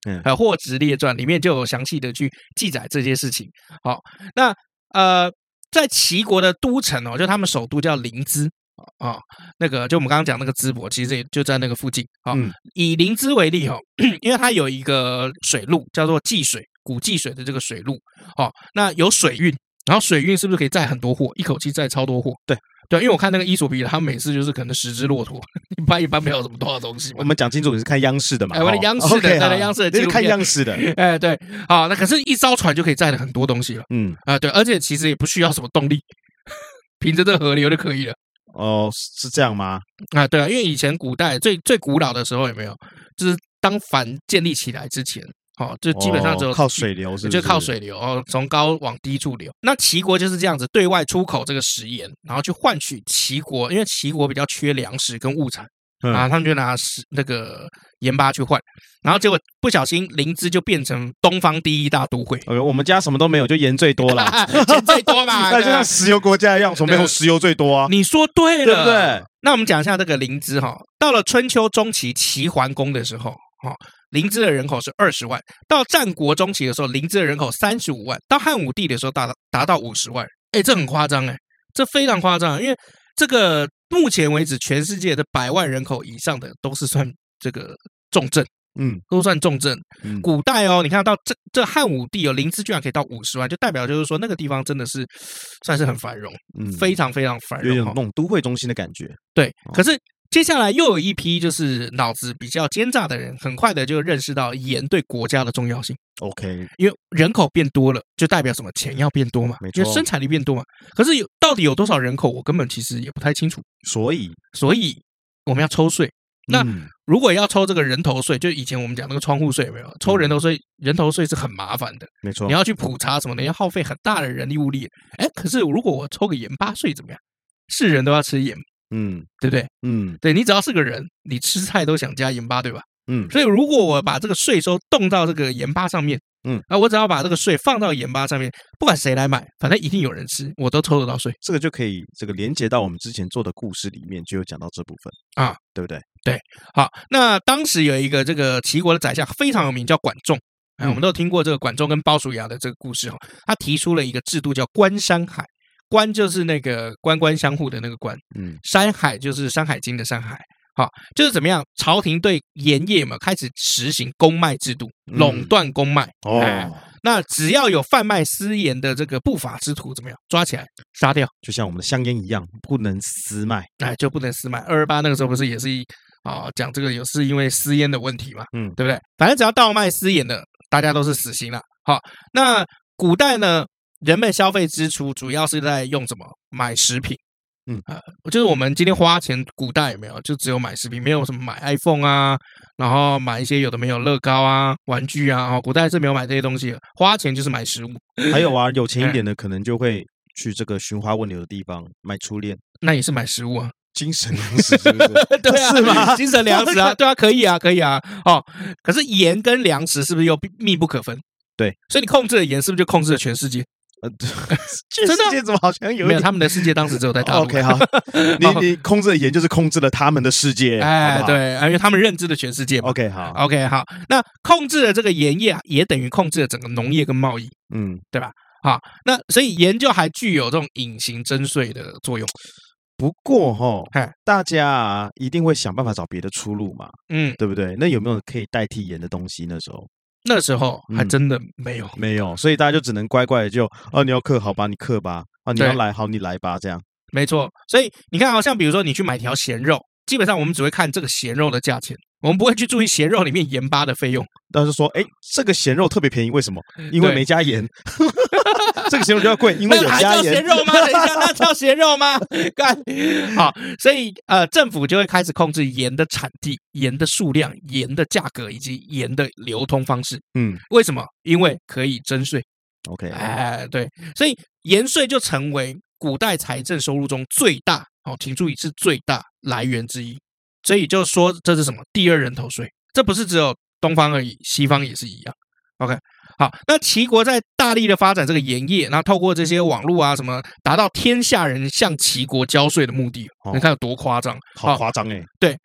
还有《货殖列传》里面就有详细的去记载这些事情。好，那在齐国的都城哦，就他们首都叫临淄啊，那个就我们刚刚讲那个淄博，其实也就在那个附近啊。以临淄为例哦，因为它有一个水路叫做济水，古济水的这个水路哦，那有水运，然后水运是不是可以载很多货，一口气载超多货？对。对，因为我看那个伊索比亚，他每次就是可能10只骆驼，一般没有什么多少东西嘛。
我们讲清楚，你是看央视的嘛？
我的央视的，对，央视的，
是看央视的。
哎，对，好，那可是一艘船就可以载了很多东西了。对，而且其实也不需要什么动力，凭着这河流就可以了。
哦，是这样吗？
啊，对啊，因为以前古代最古老的时候有没有？就是当帆建立起来之前。就基本上只有
靠水流，是不是？
就靠水流从高往低处流。那齐国就是这样子对外出口这个食盐，然后去换取齐国，因为齐国比较缺粮食跟物产他们就拿那个盐巴去换，然后结果不小心临淄就变成东方第一大都会。
我们家什么都没有，就盐最多啦，
盐最多嘛，
那就像石油国家一样，从没有石油最多啊。
你说对了，
对不对？
那我们讲一下这个临淄哈，到了春秋中期齐桓公的时候。临淄的人口是20万，到战国中期的时候，临淄的人口35万，到汉武帝的时候达到50万。这很夸张这非常夸张，因为这个目前为止，全世界的100万人口以上的都是算这个重镇，都算重镇。古代你看到这汉武帝临淄居然可以到50万，就代表就是说那个地方真的是算是很繁荣，非常非常繁荣，
有那种都会中心的感觉。
对，可是。接下来又有一批就是脑子比较奸诈的人，很快的就认识到盐对国家的重要性。
OK，
因为人口变多了，就代表什么？钱要变多嘛，因为生产力变多嘛。可是到底有多少人口，我根本其实也不太清楚。所以我们要抽税。那如果要抽这个人头税，就以前我们讲那个窗户税有没有？抽人头税，人头税是很麻烦的。
没错，
你要去普查什么的，要耗费很大的人力物力。可是如果我抽个盐巴税怎么样？是人都要吃盐。对不对？对，你只要是个人，你吃菜都想加盐巴，对吧？所以如果我把这个税收动到这个盐巴上面，我只要把这个税放到盐巴上面，不管谁来买，反正一定有人吃，我都抽得到税。
这个就可以连接到我们之前做的故事里面，就有讲到这部分啊，对不对？
对，好，那当时有一个这个齐国的宰相非常有名，叫管仲。我们都有听过这个管仲跟鲍叔牙的这个故事他提出了一个制度叫官山海。官就是那个官官相护的那个官，山海就是《山海经》的山海，就是怎么样？朝廷对盐业嘛开始实行公卖制度，垄断公卖。那只要有贩卖私盐的这个不法之徒，怎么样？抓起来杀掉，
就像我们的香烟一样，不能私卖，
就不能私卖。228那个时候不是也是讲这个也是因为私烟的问题嘛，对不对？反正只要盗卖私盐的，大家都是死刑了。那古代呢？人们消费支出主要是在用什么？买食品。就是我们今天花钱，古代有没有？就只有买食品，没有什么买 iPhone 啊，然后买一些有的没有乐高啊、玩具啊。古代是没有买这些东西的，花钱就是买食物。
还有有钱一点的可能就会去这个寻花问柳的地方买初恋，
那也是买食物啊。
精神粮食是不是？
对啊，
是吗？
精神粮食啊，对啊，可以啊。可是盐跟粮食是不是又密不可分？
对，
所以你控制了盐，是不是就控制了全世界？
全世界怎么好像有？
没有，他们的世界当时只有在大陆。
OK， 好，你控制了盐，就是控制了他们的世界。
对，因为他们认知的全世界嘛。
OK， 好。
那控制了这个盐业，也等于控制了整个农业跟贸易，对吧？好，那所以盐就还具有这种隐形征税的作用。
不过大家一定会想办法找别的出路嘛，对不对？那有没有可以代替盐的东西？
那时候还真的没有，
所以大家就只能乖乖的就你要克好吧，你克吧，你要来好你来吧，这样
没错。所以你看像比如说你去买条咸肉，基本上我们只会看这个咸肉的价钱，我们不会去注意咸肉里面盐巴的费用。
但是说这个咸肉特别便宜，为什么？因为没加盐。这个咸肉就要贵，因为有加盐。
那咸肉吗？等一下，那叫咸肉吗？干好，所以政府就会开始控制盐的产地、盐的数量、盐的价格以及盐的流通方式。为什么？因为可以征税。
OK，
对，所以盐税就成为古代财政收入中最大请注意是最大来源之一。所以就说这是什么？第二人头税。这不是只有东方而已，西方也是一样。OK。好，那齐国在大力的发展这个盐业，然后透过这些网络啊什么，达到天下人向齐国交税的目的。你看有多夸张？
好夸张
对，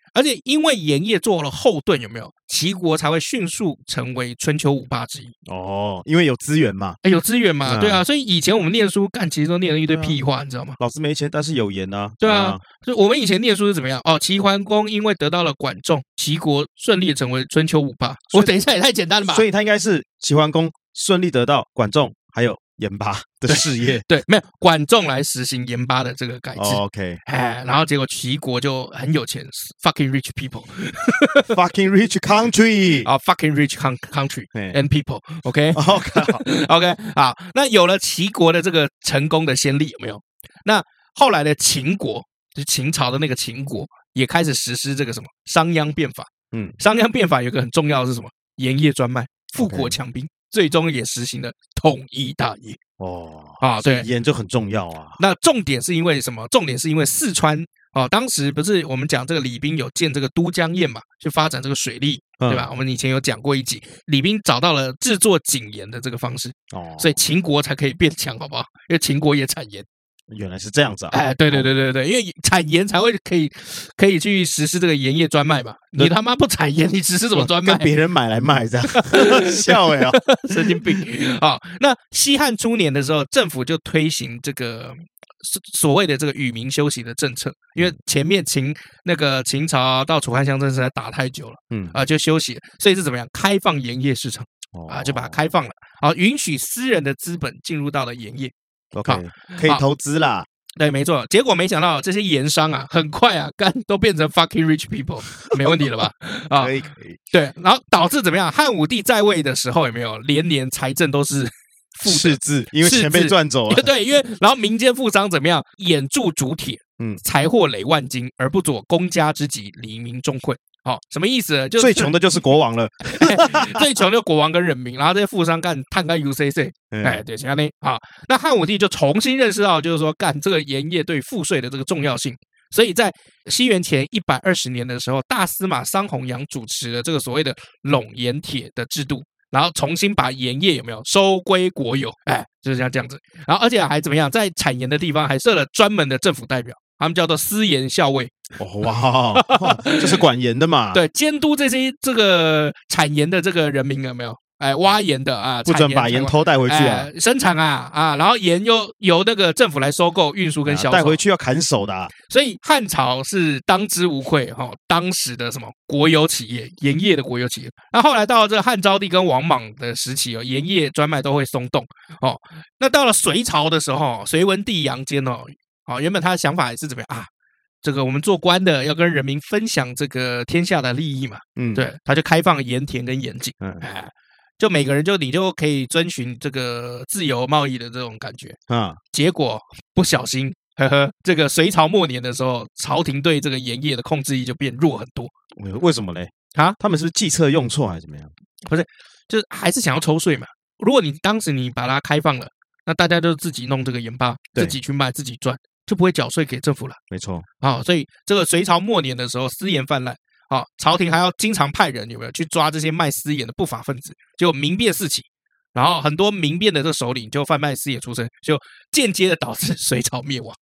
而且因为盐业做了后盾，有没有？齐国才会迅速成为春秋五霸之一。
因为有资源嘛，
有资源嘛，对啊，所以以前我们念书其实都念了一堆屁话，你知道吗？
老师没钱，但是有盐啊。
对啊，所以我们以前念书是怎么样？齐桓公因为得到了管仲，齐国顺利成为春秋五霸。我等一下也太简单了吧？
所以他应该是齐桓公顺利得到管仲还有盐巴的事业。
对，没有管仲来实行盐巴的这个改制。
OK，
然后结果齐国就很有钱 ，fucking rich people，fucking
rich country
fucking rich country and people。OK， 好，那有了齐国的这个成功的先例，有没有？那后来的秦国，就是秦朝的那个秦国，也开始实施这个什么商鞅变法。商鞅变法有个很重要的是什么？盐业专卖，富国强兵。最终也实行了统一大业。对，
盐就很重要啊。
那重点是因为什么？重点是因为四川当时不是我们讲这个李冰有建这个都江堰嘛，去发展这个水利，对吧？我们以前有讲过一集，李冰找到了制作井盐的这个方式，所以秦国才可以变强，好不好？因为秦国也产盐。
原来是这样子啊！
对，因为产盐才会可以去实施这个盐业专卖嘛。你他妈不产盐，你实施怎么专卖？
跟别人买来卖这样，笑
神经病啊！那西汉初年的时候，政府就推行这个所谓的这个与民休息的政策，因为前面秦朝到楚汉相争实在打太久了，就休息，所以是怎么样？开放盐业市场就把它开放了，允许私人的资本进入到了盐业。
OK， 可以投资啦。
对，没错。结果没想到这些盐商很快都变成 fucking rich people， 没问题了吧？
可以。
对，然后导致怎么样？汉武帝在位的时候有没有连年财政都是
赤字，因为钱被赚走了。
对，因为然后民间富商怎么样？眼铸竹铁，财货累万斤，而不佐公家之急，黎民众困。什么意思呢？就是
最穷的就是国王了，
最穷就国王跟人民，然后这些富商探干 UCC， 对，像那那汉武帝就重新认识到，就是说干这个盐业对赋税的这个重要性，所以在西元前120年的时候，大司马桑弘羊主持了这个所谓的垄盐铁的制度，然后重新把盐业有没有收归国有，就是像这样子，然后而且还怎么样，在产盐的地方还设了专门的政府代表。他们叫做司盐校尉。
这是管盐的嘛？
对，监督这些这个产盐的这个人民有没有？挖盐的
不准把盐偷带回去
生产然后盐又由那个政府来收购、运输跟销售，
带回去要砍手的。
所以汉朝是当之无愧当时的什么国有企业，盐业的国有企业。那后来到了这个汉昭帝跟王莽的时期盐业专卖都会松动那到了隋朝的时候，隋文帝杨坚原本他的想法也是怎么样这个我们做官的要跟人民分享这个天下的利益嘛，对，他就开放盐田跟盐井，就每个人你就可以遵循这个自由贸易的这种感觉结果不小心，这个隋朝末年的时候，朝廷对这个盐业的控制力就变弱很多。
为什么嘞？他们是不是计策用错还是怎么样？
不是，就是还是想要抽税嘛。如果你当时你把它开放了，那大家就自己弄这个盐巴，自己去卖，自己赚，就不会缴税给政府了。
没错
所以这个隋朝末年的时候，私盐泛滥朝廷还要经常派人有没有去抓这些卖私盐的不法分子，就民变四起，然后很多民变的这个首领就贩卖私盐出身，就间接的导致隋朝灭亡。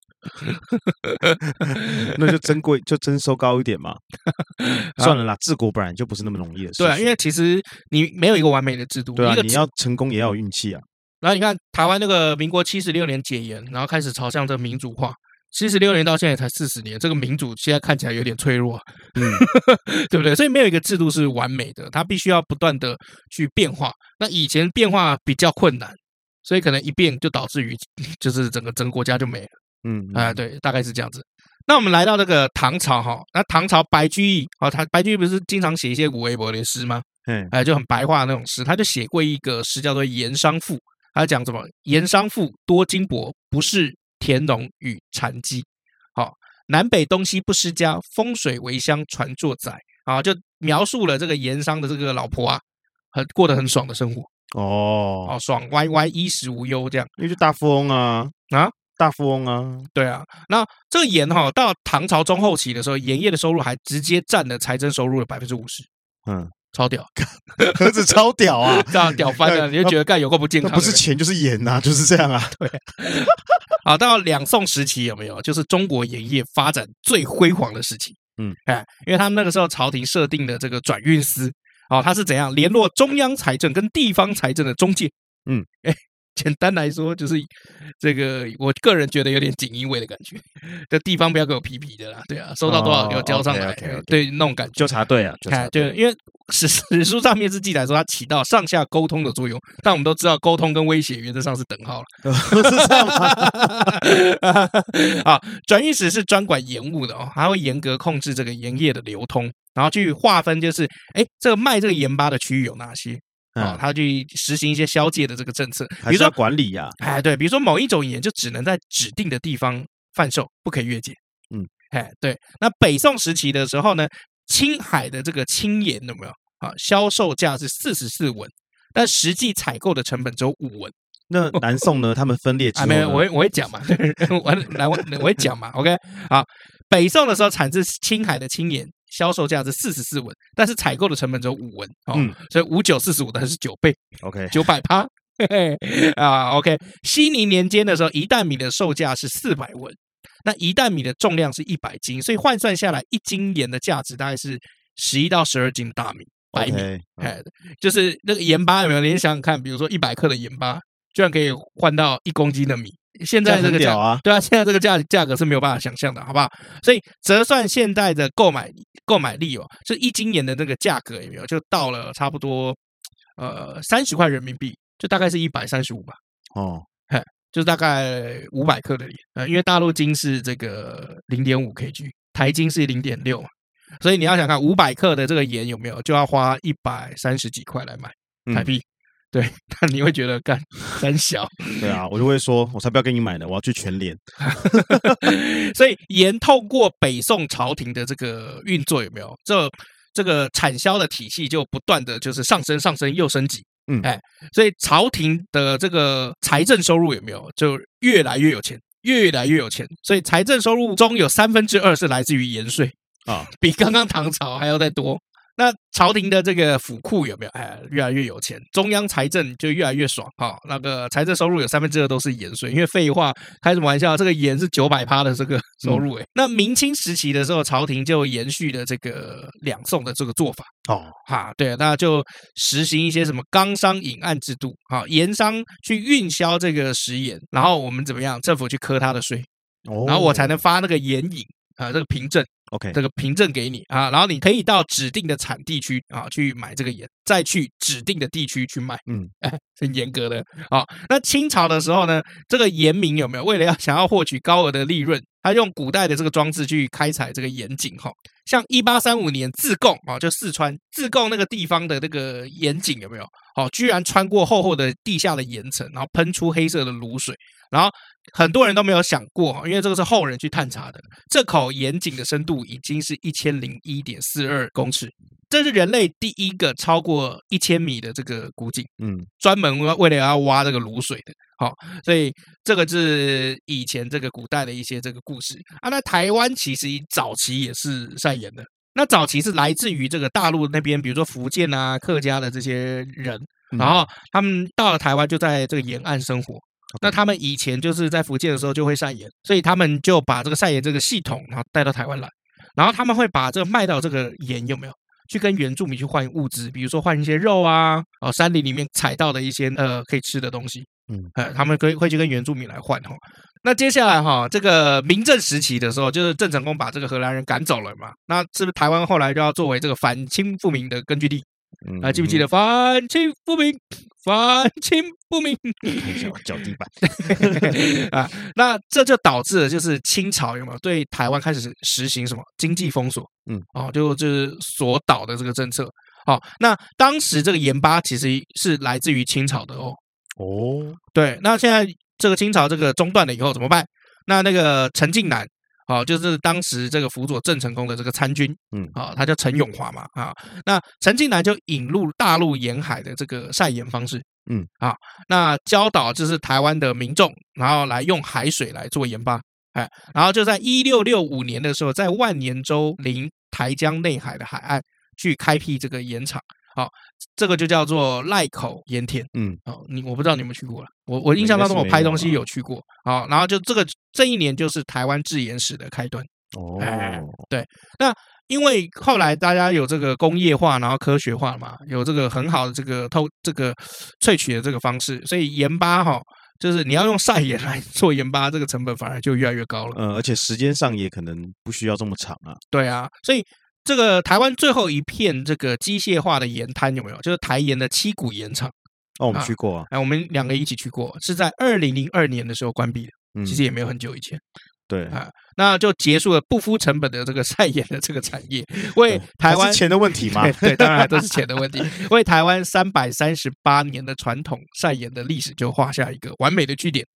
那就征收高一点嘛。算了啦，治国本来就不是那么容易的事。
对因为其实你没有一个完美的制度。对
你要成功也要有运气啊。
然后你看台湾那个民国76年解严，然后开始朝向这个民主化。76年到现在才40年，这个民主现在看起来有点脆弱，对不对？所以没有一个制度是完美的，它必须要不断的去变化。那以前变化比较困难，所以可能一变就导致于就是整个国家就没了。对，大概是这样子。那我们来到这个唐朝那唐朝白居易白居易不是经常写一些五微博的诗吗？就很白话的那种诗，他就写过一个诗叫做《盐商赋》，他讲什么？盐商赋多金帛，不是田农与蚕鸡。南北东西不失家，风水为乡传作载。就描述了这个盐商的这个老婆过得很爽的生活。爽歪歪，衣食无忧这样。
因为就大富翁大富翁
对啊。那这个盐到唐朝中后期的时候，盐业的收入还直接占了财政收入的50%。超屌，
盒子超屌啊！
这样屌翻了，你就觉得干有够不健康。
不是钱就是盐就是这样啊。
对。到两宋时期有没有？就是中国盐业发展最辉煌的时期。 因为他们那个时候朝廷设定的这个转运司，他是怎样联络中央财政跟地方财政的中介，简单来说就是这个，我个人觉得有点锦衣卫的感觉，这地方不要给我皮皮的啦，对啊，收到多少给我交上来，对那种感觉，
纠察队啊，
就因为史书上面是记载说它起到上下沟通的作用，但我们都知道沟通跟威胁原则上是等号了，
是这样吗？
啊，转运使是专管盐务的还会严格控制这个盐业的流通，然后去划分就是这个卖这个盐巴的区域有哪些。他去实行一些销界的这个政策，
比如说管理呀，
对，比如说某一种盐就只能在指定的地方贩售，不可以越界。对。那北宋时期的时候呢，青海的这个青盐有没有销售价是44文，但实际采购的成本只有5文。
那南宋呢？他们分裂之后
没有，我会讲嘛，我会讲嘛。OK， 好，北宋的时候产自青海的青盐。销售价是44文，但是采购的成本只有5文，所以5945的是9倍
，OK，
900%，OK。熙宁年间的时候，一担米的售价是400文，那一担米的重量是100斤，所以换算下来，一斤盐的价值大概是11到12斤大米白米，就是那个盐巴有没有？你想想看，比如说100克的盐巴，居然可以换到1公斤的米。现在这个价，对啊，现在这个价格是没有办法想象的，好不好？所以折算现在的购买力就一斤盐的那个价格有没有？就到了差不多30块人民币，就大概是135吧。就是大概500克的盐，因为大陆斤是这个0.5 kg， 台斤是0.6，所以你要想看500克的这个盐有没有，就要花130几块来买台币。对，那你会觉得干三小，
对啊，我就会说，我才不要跟你买呢，我要去全联。
所以盐透过北宋朝廷的这个运作有没有？这个产销的体系就不断的就是上升又升级，所以朝廷的这个财政收入有没有就越来越有钱，越来越有钱，所以财政收入中有2/3是来自于盐税比刚刚唐朝还要再多。那朝廷的这个府库有没有越来越有钱，中央财政就越来越爽那个财政收入有2/3都是盐税，因为废话，开什么玩笑，这个盐是900%的这个收入那明清时期的时候，朝廷就延续了这个两宋的这个做法对，那就实行一些什么纲商引案制度盐商去运销这个食盐，然后我们怎么样，政府去课他的税，然后我才能发那个盐引这个凭证。
OK，
这个凭证给你然后你可以到指定的产地区去买这个盐，再去指定的地区去卖，很严格的那清朝的时候呢，这个盐民有没有为了想要获取高额的利润，他用古代的这个装置去开采这个盐井像1835年自贡就四川自贡那个地方的那个盐井有没有居然穿过厚厚的地下的盐层，然后喷出黑色的卤水，然后很多人都没有想过因为这个是后人去探查的，这口盐井的深度已经是1001.42公尺，这是人类第一个超过1000米的这个古井，专门为了要挖这个卤水的所以这个是以前这个古代的一些这个故事那台湾其实早期也是晒盐的，那早期是来自于这个大陆那边，比如说福建客家的这些人，然后他们到了台湾就在这个沿岸生活。那他们以前就是在福建的时候就会晒盐，所以他们就把这个晒盐这个系统然后带到台湾来，然后他们会把这个卖到这个盐有没有去跟原住民去换物资，比如说换一些肉山林里面采到的一些可以吃的东西，他们会去跟原住民来换那接下来这个明郑时期的时候，就是郑成功把这个荷兰人赶走了嘛，那是不是台湾后来就要作为这个反清复明的根据地？记不记得反清复明？反清复明，
脚底板
那这就导致了，就是清朝有没有对台湾开始实行什么经济封锁？就是锁岛的这个政策。那当时这个盐巴其实是来自于清朝的对，那现在这个清朝这个中断了以后怎么办？那个陈近南。就是当时这个辅佐郑成功的这个参军，他叫陈永华嘛，那陈近南就引入大陆沿海的这个晒盐方式，那教导就是台湾的民众，然后来用海水来做盐巴，然后就在1665年的时候，在万年洲临台江内海的海岸去开辟这个盐场。这个就叫做赖口盐田。我不知道你有没有去过了。我印象当中我拍东西有去过。然后就这一年就是台湾制盐史的开端。
哦，
对，那因为后来大家有这个工业化，然后科学化嘛，有这个很好的这个萃取的这个方式，所以盐巴就是你要用晒盐来做盐巴，这个成本反而就越来越高了。
而且时间上也可能不需要这么长啊。
对啊，所以这个台湾最后一片这个机械化的盐滩有没有？就是台盐的七股盐厂。
我们去过啊，
我们2个一起去过，是在2002年的时候关闭的，其实也没有很久以前。
对
啊，那就结束了不敷成本的这个晒盐的这个产业，为台湾
是钱的问题吗？
对，当然都是钱的问题。为台湾338年的传统晒盐的历史就画下一个完美的句点。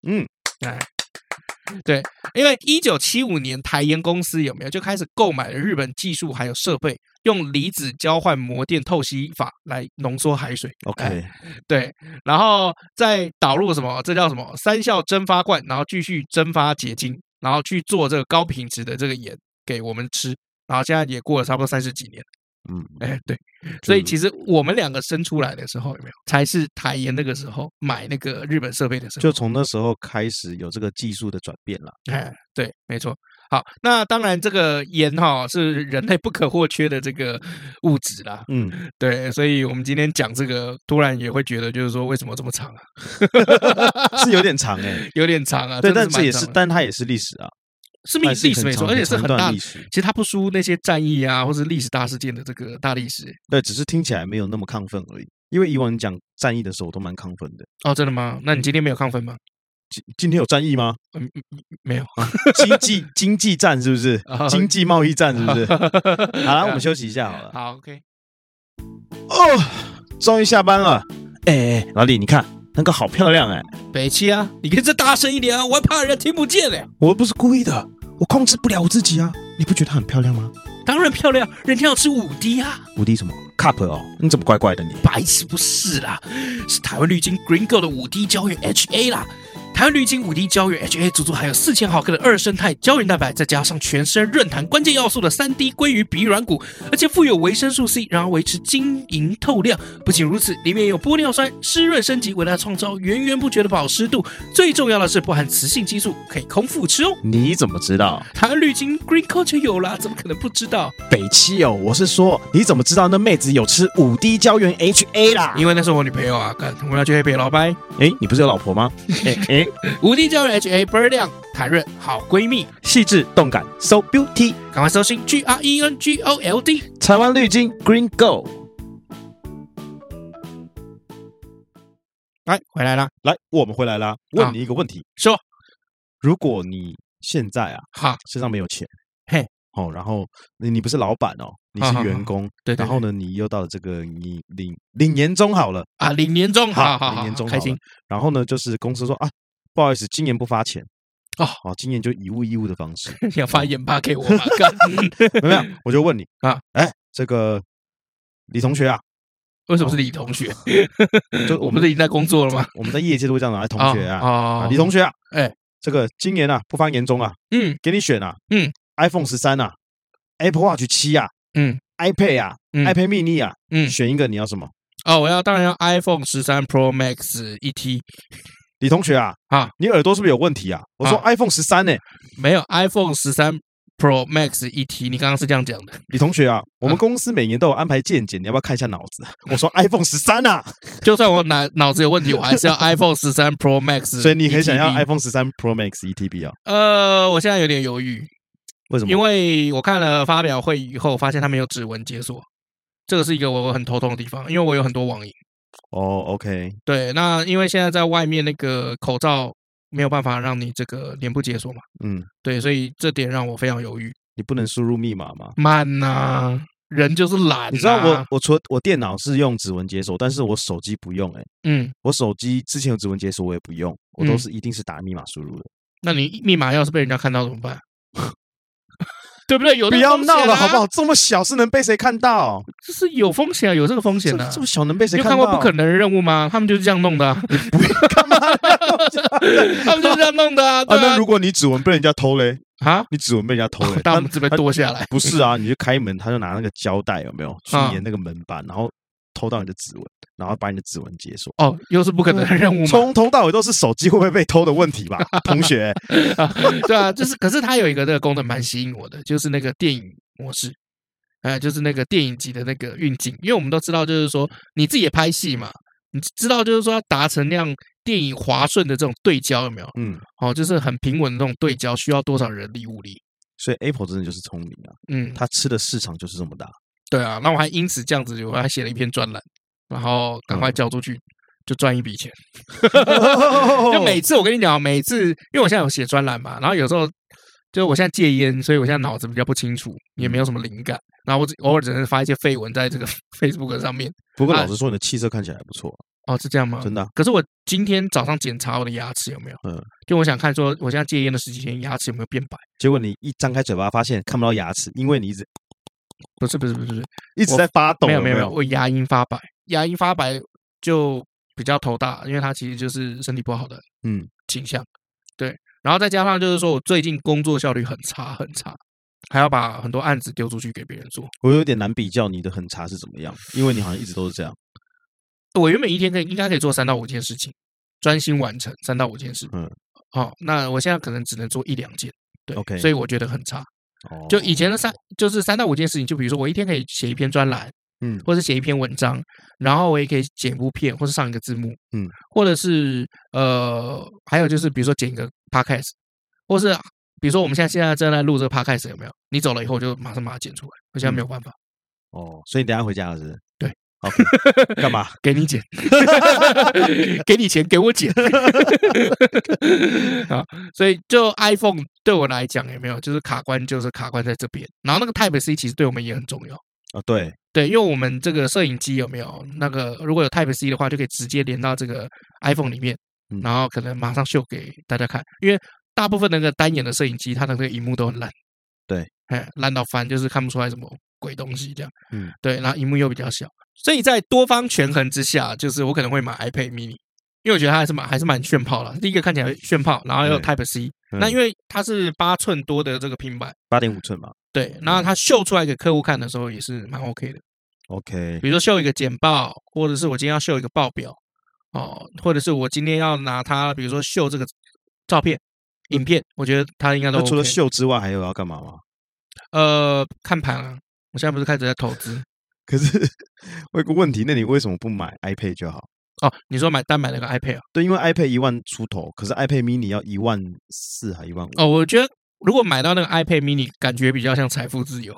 对，因为1975年台盐公司有没有就开始购买了日本技术还有设备，用离子交换膜电透析法来浓缩海水。
OK，
对，然后再导入什么？这叫什么？3效蒸发罐，然后继续蒸发结晶。然后去做这个高品质的这个盐给我们吃，然后现在也过了差不多30几年。对，所以其实我们2个生出来的时候有没有，才是台盐那个时候买那个日本设备的时候，
就从那时候开始有这个技术的转变了。
对，没错。好，那当然这个盐是人类不可或缺的这个物质啦。对，所以我们今天讲这个，突然也会觉得就是说为什么这么长啊？
是有点长有
点长啊。
对，但这也是，但它也是历史啊。
是历史没错，而且是很大
历史。
其实它不输那些战役啊，或是历史大事件的这个大历史。
对，只是听起来没有那么亢奋而已。因为以往讲战役的时候，我都蛮亢奋的。
真的吗？那你今天没有亢奋吗？
今天有战役吗？
没有。
经济战是不是？经济贸易战是不是？好了，我们休息一下好了。
好 ，OK。
终于下班了。老李，你看那个好漂亮
北七啊，你可以再大声一点啊，我还怕人家听不见
我不是故意的，我控制不了我自己啊。你不觉得很漂亮吗？
当然漂亮，人家要吃5D啊。
5D 什么 cup 你怎么怪怪的你？
白痴不是啦，是台湾绿金 Green Go 的5D 胶原 HA 啦。台湾绿金5D 胶原 HA 足足还有4000毫克的2胜肽胶原蛋白，再加上全身润弹关键要素的3D 鲑鱼鼻软骨，而且富有维生素 C， 让它维持晶莹透亮。不仅如此，里面有玻尿酸湿润升级，为它创造源源不绝的保湿度。最重要的是不含雌性激素，可以空腹吃哦。
你怎么知道？
台湾绿金 Green Co 就有啦，怎么可能不知道？
北七我是说，你怎么知道那妹子有吃5D 胶原 HA 啦？
因为那是我女朋友啊，我要去黑北老白。
你不是有老婆吗
？5D 胶原 HA 倍儿亮，弹润好闺蜜，
细致动感 So Beauty，
赶快搜寻 GRENGOLD
台湾绿金 Green Go。
来，回来啦！
来，我们回来啦。问你一个问题，
说，
如果你现在身上没有钱，然后你不是老板你是员工，
对，
然后呢，你又到了这个你领年终好了
啊，领年终，好，
领年终
开心。
然后呢，就是公司说不好意思，今年不发钱今年就以物易物的方式。
你要发盐巴给我吗？
没有，我就问你这个李同学
为什么是李同学？
就
我们不是已经在工作了吗？
我们在业界都会这样同学李同学这个今年不发年终给你选iPhone 13Apple Watch 7iPad iPad mini 选一个，你要什么？
我当然要 iPhone 13 Pro Max 1T。
李同学你耳朵是不是有问题我说 iPhone 13
没有 iPhone 13 Pro Max 1T， 你刚刚是这样讲的。
李同学我们公司每年都有安排健检，你要不要看一下脑子？我说 iPhone 13
就算我脑子有问题，我还是要 iPhone 13 Pro Max。
所以你很想要 iPhone 13 Pro Max ETB
我现在有点犹豫。
为什么？
因为我看了发表会以后，发现它没有指纹解锁，这个是一个我很头痛的地方，因为我有很多网银。
OK，
对，那因为现在在外面那个口罩没有办法让你这个脸部解锁嘛，对，所以这点让我非常犹豫。
你不能输入密码吗？
慢人就是懒。
你知道我除了我电脑是用指纹解锁，但是我手机不用我手机之前有指纹解锁我也不用，我都是一定是打密码输入的。
那你密码要是被人家看到怎么办？对不对？
不要闹了好不好？这么小是能被谁看到？
这是有风险有这个风险的。
这么小能被谁看到？
你有看过不可能的任务吗？他们就是这样弄的
干嘛？
他们就是这样弄的
那如果你指纹被人家偷嘞？
你
指纹被人家偷嘞？
大拇指被剁下来？
不是你就开门，他就拿那个胶带有没有去粘那个门板，然后偷到你的指纹，然后把你的指纹解锁。
哦，又是不可能的任务嘛。
从头到尾都是手机会不会被偷的问题吧，同学。
对啊，可是它有一个这个功能蛮吸引我的，就是那个电影模式。就是那个电影级的那个运镜，因为我们都知道，就是说你自己也拍戏嘛，你知道就是说要达成那样电影滑顺的这种对焦有没有？就是很平稳的那种对焦，需要多少人力物力？
所以 Apple 真的就是聪明啊，它吃的市场就是这么大。
对啊，那我还因此这样子，我还写了一篇专栏，然后赶快交出去，就赚一笔钱。就每次我跟你讲，因为我现在有写专栏嘛，然后有时候。就是我现在戒烟，所以我现在脑子比较不清楚，也没有什么灵感。然后我偶尔只能发一些废文在这个 Facebook 上面。
不过老实说，你的气色看起来还不错。
哦，是这样吗？
真的。
可是我今天早上检查我的牙齿有没有？就我想看说，我现在戒烟的10几天，牙齿有没有变白？
结果你一张开嘴巴，发现看不到牙齿，因为你一直
不是，
一直在发抖。
没有，我牙龈发白，牙龈发白就比较头大，因为它其实就是身体不好的倾向。对。然后再加上就是说我最近工作效率很差，还要把很多案子丢出去给别人做。
我有点难比较你的很差是怎么样，因为你好像一直都是这样。
我原本一天应该可以做3到5件事情，专心完成3到5件事。那我现在可能只能做1、2件。对
，OK，
所以我觉得很差。就以前的3到5件事情，就比如说我一天可以写一篇专栏。或是写一篇文章，然后我也可以剪部片，或是上一个字幕，或者是还有就是比如说剪一个 podcast， 或是比如说我们现在正在录这个 podcast 有没有？你走了以后，我就马上把它剪出来，我现在没有办法。
所以你等一下回家了是不是？
对
，OK， 干嘛？
给你剪，给你钱，给我剪。啊，所以就 iPhone 对我来讲有没有？就是卡关在这边，然后那个 Type C 其实对我们也很重要。对，因为我们这个摄影机有没有那个，如果有 Type C 的话，就可以直接连到这个 iPhone 里面，然后可能马上秀给大家看。因为大部分那个单眼的摄影机，它的那个萤幕都很烂，
对，
烂到翻，就是看不出来什么鬼东西这样。对，然后萤幕又比较小，所以在多方权衡之下，就是我可能会买 iPad mini，因为我觉得它还是蛮炫炮了。第一个看起来炫炮，然后又有 Type C，那因为它是8寸多的这个平板
，8.5寸吧。
对，然后它秀出来给客户看的时候也是蛮 OK 的。
OK，
比如说秀一个简报，或者是我今天要秀一个报表，或者是我今天要拿它，比如说秀这个照片、影片，我觉得它应该都 OK。
除了秀之外，还有要干嘛吗？
看盘啊，我现在不是开始在投资。
可是我有个问题，那你为什么不买 iPad 就好？
你说单买那个 iPad 啊？
对，因为 iPad 1万出头，可是 iPad mini 要1.4万还1.5万。
我觉得如果买到那个 iPad mini，感觉比较像财富自由。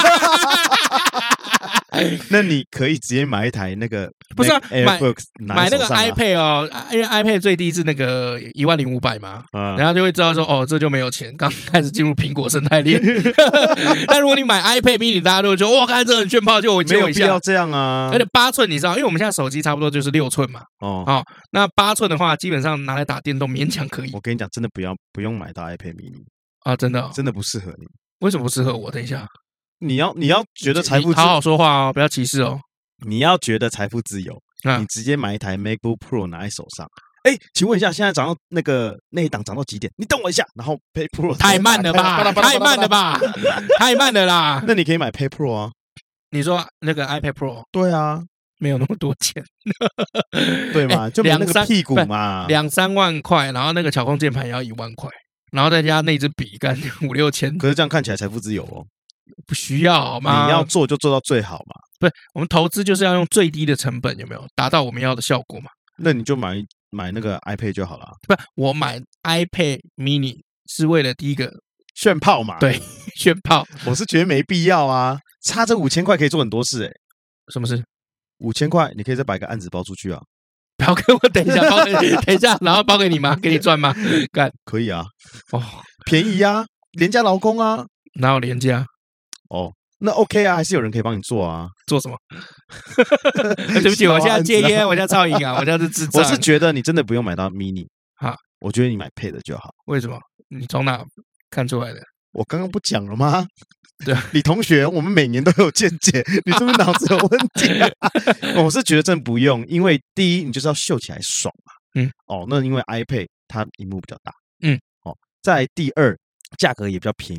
那你可以直接买一台那个，
不是
AirBook
买那个 iPad 因为 iPad 最低是那个10500嘛，然后就会知道说这就没有钱，刚开始进入苹果生态链。但如果你买 iPad mini， 大家都会觉得看这很炫炮，就我借我一下。
没有必要这样啊！
而且8寸你知道，因为我们现在手机差不多就是6寸嘛，那8寸的话，基本上拿来打电动勉强可以。
我跟你讲，真的不用买到 iPad mini
真的
真的不适合你。
为什么不适合我？等一下。
你要觉得财富
好好说话不要歧视哦。
你要觉得财富自由，你直接买一台 MacBook Pro 拿在手上。请问一下，现在涨到那一档涨到几点？你等我一下，然后 Pay Pro
太慢了吧，太慢了吧，太慢了啦。
那你可以买 Pay Pro 啊。
你说那个 iPad Pro？
对啊，
没有那么多钱，
对嘛？就没那个屁股嘛
，2-3万块，然后那个巧控键盘也要1万块。然后再加那支笔干5-6千，
可是这样看起来财富自由哦。
不需要好吗？
你要做就做到最好嘛。
不是，我们投资就是要用最低的成本，有没有达到我们要的效果嘛？
那你就买那个 iPad 就好了。
不是，我买 iPad mini 是为了第一个
炫炮嘛。
对，炫炮。我
是觉得没必要啊，差这5000块可以做很多事
什么事
？5000块你可以再把一个案子包出去啊。
包给我，等一下，等一下，然后包给你吗？给你赚吗？干
可以啊。便宜啊，廉价劳工啊。
哪有廉价？
那 OK 啊，还是有人可以帮你做啊。
做什么？对不起，我现在戒烟，我现在超瘾啊，我现在是智障。
我是觉得你真的不用买到 mini 我觉得你买配的就好。
为什么？你从哪看出来的？
我刚刚不讲了吗？
对，
李同学，我们每年都有见解，你是不是脑子有问题啊？我是觉得真不用，因为第一，你就是要秀起来爽嘛。那因为 iPad 它萤幕比较大。再来第二，价格也比较便宜。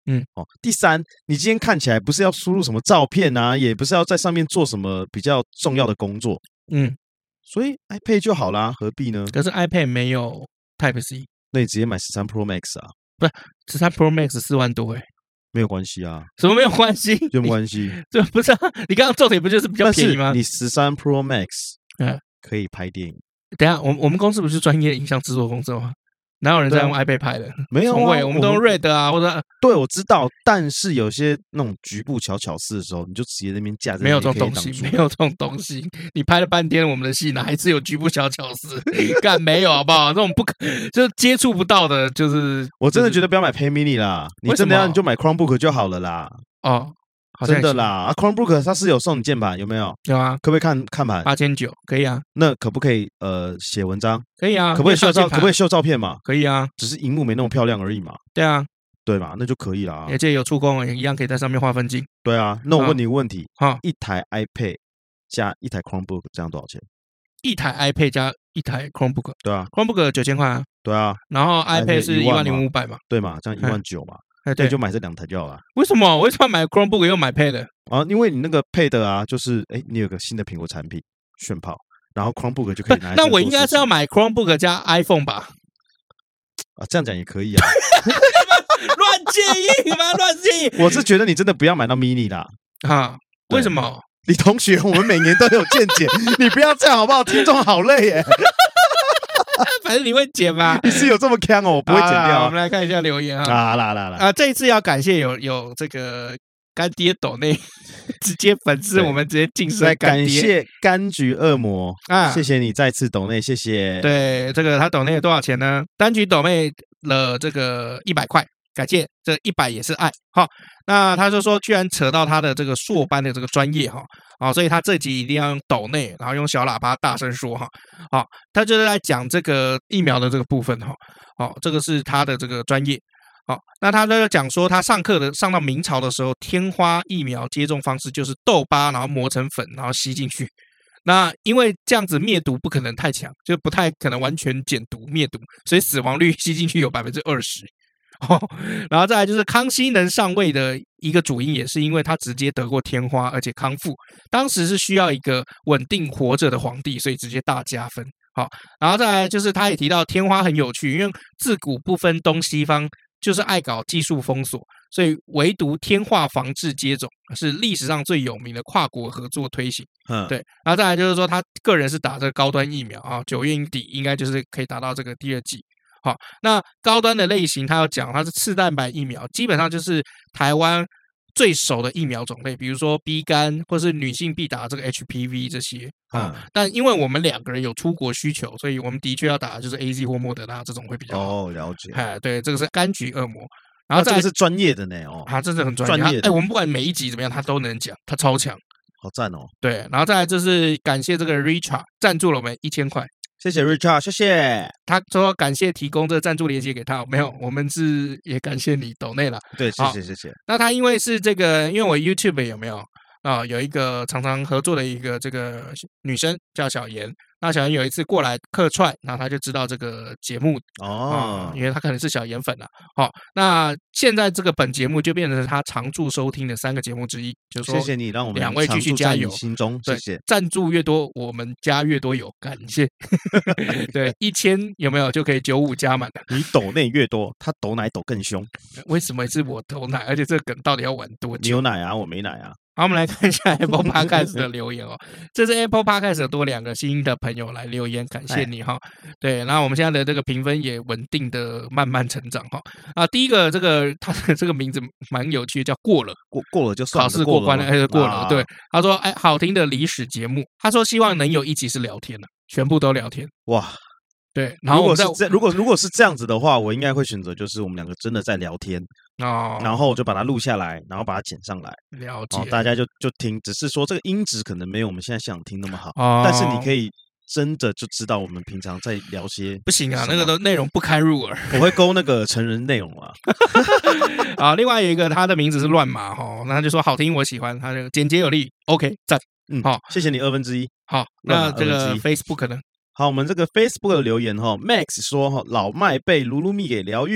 第三，你今天看起来不是要输入什么照片啊，也不是要在上面做什么比较重要的工作，所以 iPad 就好啦，何必呢？
可是 iPad 没有 Type C，
那你直接买13 Pro Max 啊？
不是13 Pro Max 4万多
没有关系啊。
什么没有关系？
有没有关系？
这不是你刚刚重点不就是比较便宜吗？
你13 Pro Max 可以拍电影。
等一下，我们公司不是专业影像制作公司吗？哪有人在用 iPad 拍的？
没有啊，
我们都用 Red 啊，或者
对，我知道，但是有些那种局部巧思的时候，你就直接在那边架着，
没有这种东西，没有这种东西。你拍了半天我们的戏，哪还是有局部巧思？干没有好不好？这种不可就是接触不到的，就是
我真的觉得不要买 Pad Mini 啦，你真的要你就买 Chromebook 就好了啦。
哦。
真的啦，Chromebook 它是有送你键盘，有没有？
有啊，
可不可以看盘
？8900可以啊。
那可不可以写文章？
可以啊。
可不可以秀照片嘛？
可以啊，
只是荧幕没那么漂亮而已嘛。
对啊，
对嘛，那就可以啦。
而且有触控，一样可以在上面画分镜。
对啊，那我问你个问题，一台 iPad 加一台 Chromebook 这样多少钱？
一台 iPad 加一台 Chromebook，
对啊
，Chromebook 9000块啊。对
啊，
然后 iPad 是10500嘛，
对嘛，这样19000嘛。对，就买这2台就好了。
为什么要买 Chromebook 又买 Pad
啊？因为你那个 Pad 啊，就是你有个新的苹果产品炫炮，然后 Chromebook 就可以拿。
那我应该是要买 Chromebook 加 iPhone 吧？
啊，这样讲也可以啊。
乱建议吗？乱建议。
我是觉得你真的不要买到 mini 啦。
为什么？
李同学，我们每年都有见解，你不要这样好不好？听众好累耶。
反正你会剪吗？
你是有这么强哦，我不会剪掉。
我们来看一下留言
啊！
这一次要感谢有这个干爹斗内直接粉丝，我们直接晋升干爹。
感谢柑橘恶魔谢谢你再次斗内，谢谢。
对，这个他斗内多少钱呢？柑橘斗内了这个100块。感谢，这100也是爱。好，那他就说，居然扯到他的这个硕班的这个专业所以他这集一定要用抖内，然后用小喇叭大声说好，他就是在讲这个疫苗的这个部分这个是他的这个专业。好，那他就讲说，他上到明朝的时候，天花疫苗接种方式就是豆巴，然后磨成粉，然后吸进去。那因为这样子灭毒不可能太强，就不太可能完全减毒灭毒，所以死亡率吸进去有20%。然后再来就是康熙能上位的一个主因，也是因为他直接得过天花，而且康复。当时是需要一个稳定活着的皇帝，所以直接大加分。好，然后再来就是他也提到天花很有趣，因为自古不分东西方，就是爱搞技术封锁，所以唯独天花防治接种是历史上最有名的跨国合作推行。对，然后再来就是说他个人是打这个高端疫苗9月底应该就是可以达到这个第2剂。好，那高端的类型，他要讲它是次蛋白疫苗，基本上就是台湾最熟的疫苗种类，比如说 B 肝或是女性必打这个 HPV 这些。但因为我们2个人有出国需求，所以我们的确要打的就是 AZ 或莫德纳这种会比较好。
了解。
对，这个是柑橘恶魔。然后
这个是专业的呢
他真的很专业。我们不管每一集怎么样，他都能讲，他超强，
好赞哦。
对，然后再来就是感谢这个 Richard 赞助了我们1000块。
谢谢 Richard， 谢谢。
他说感谢提供这个赞助链接给他，没有，我们是也感谢你抖内了。
对，谢谢。
那他因为是这个，因为我 YouTube 有没有有一个常常合作的一个这个女生叫小妍。那小妍有一次过来客串，然后他就知道这个节目因为他可能是小妍粉了。那现在这个本节目就变成他常驻收听的3个节目之一，就是说
谢谢你让我们
2位继续加油，
心中谢谢。
赞助越多，我们加越多油，感谢。对，1000有没有就可以95加满了。
你抖内越多，他抖奶抖更凶。
为什么是我抖奶？而且这个梗到底要玩多久？
你有奶啊，我没奶啊。
好，我们来看一下 Apple Podcast 的留言这是 Apple Podcast 多2个新的朋友来留言，感谢你对，然后我们现在的这个评分也稳定的慢慢成长第一个这个他的这个名字蛮有趣的，叫过了
就算了，
考试过关了还是过了？对，他说好听的历史节目，他说希望能有一集是聊天的，全部都聊天。哇。对，然后
如果是这样子的话，我应该会选择就是我们2个真的在聊天然后我就把它录下来，然后把它剪上来，
了解，
大家就听，只是说这个音质可能没有我们现在想听那么好，但是你可以真的就知道我们平常在聊些
不行啊，那个的内容不堪入耳，
我会勾那个成人内容
另外有一个他的名字是乱码那他就说好听，我喜欢，他就简洁有力 ，OK 赞，
好，谢谢你1/2。
好，那这个 Facebook 呢？
好，我们这个 Facebook 的留言Max 说老麦被卢卢蜜给疗愈了，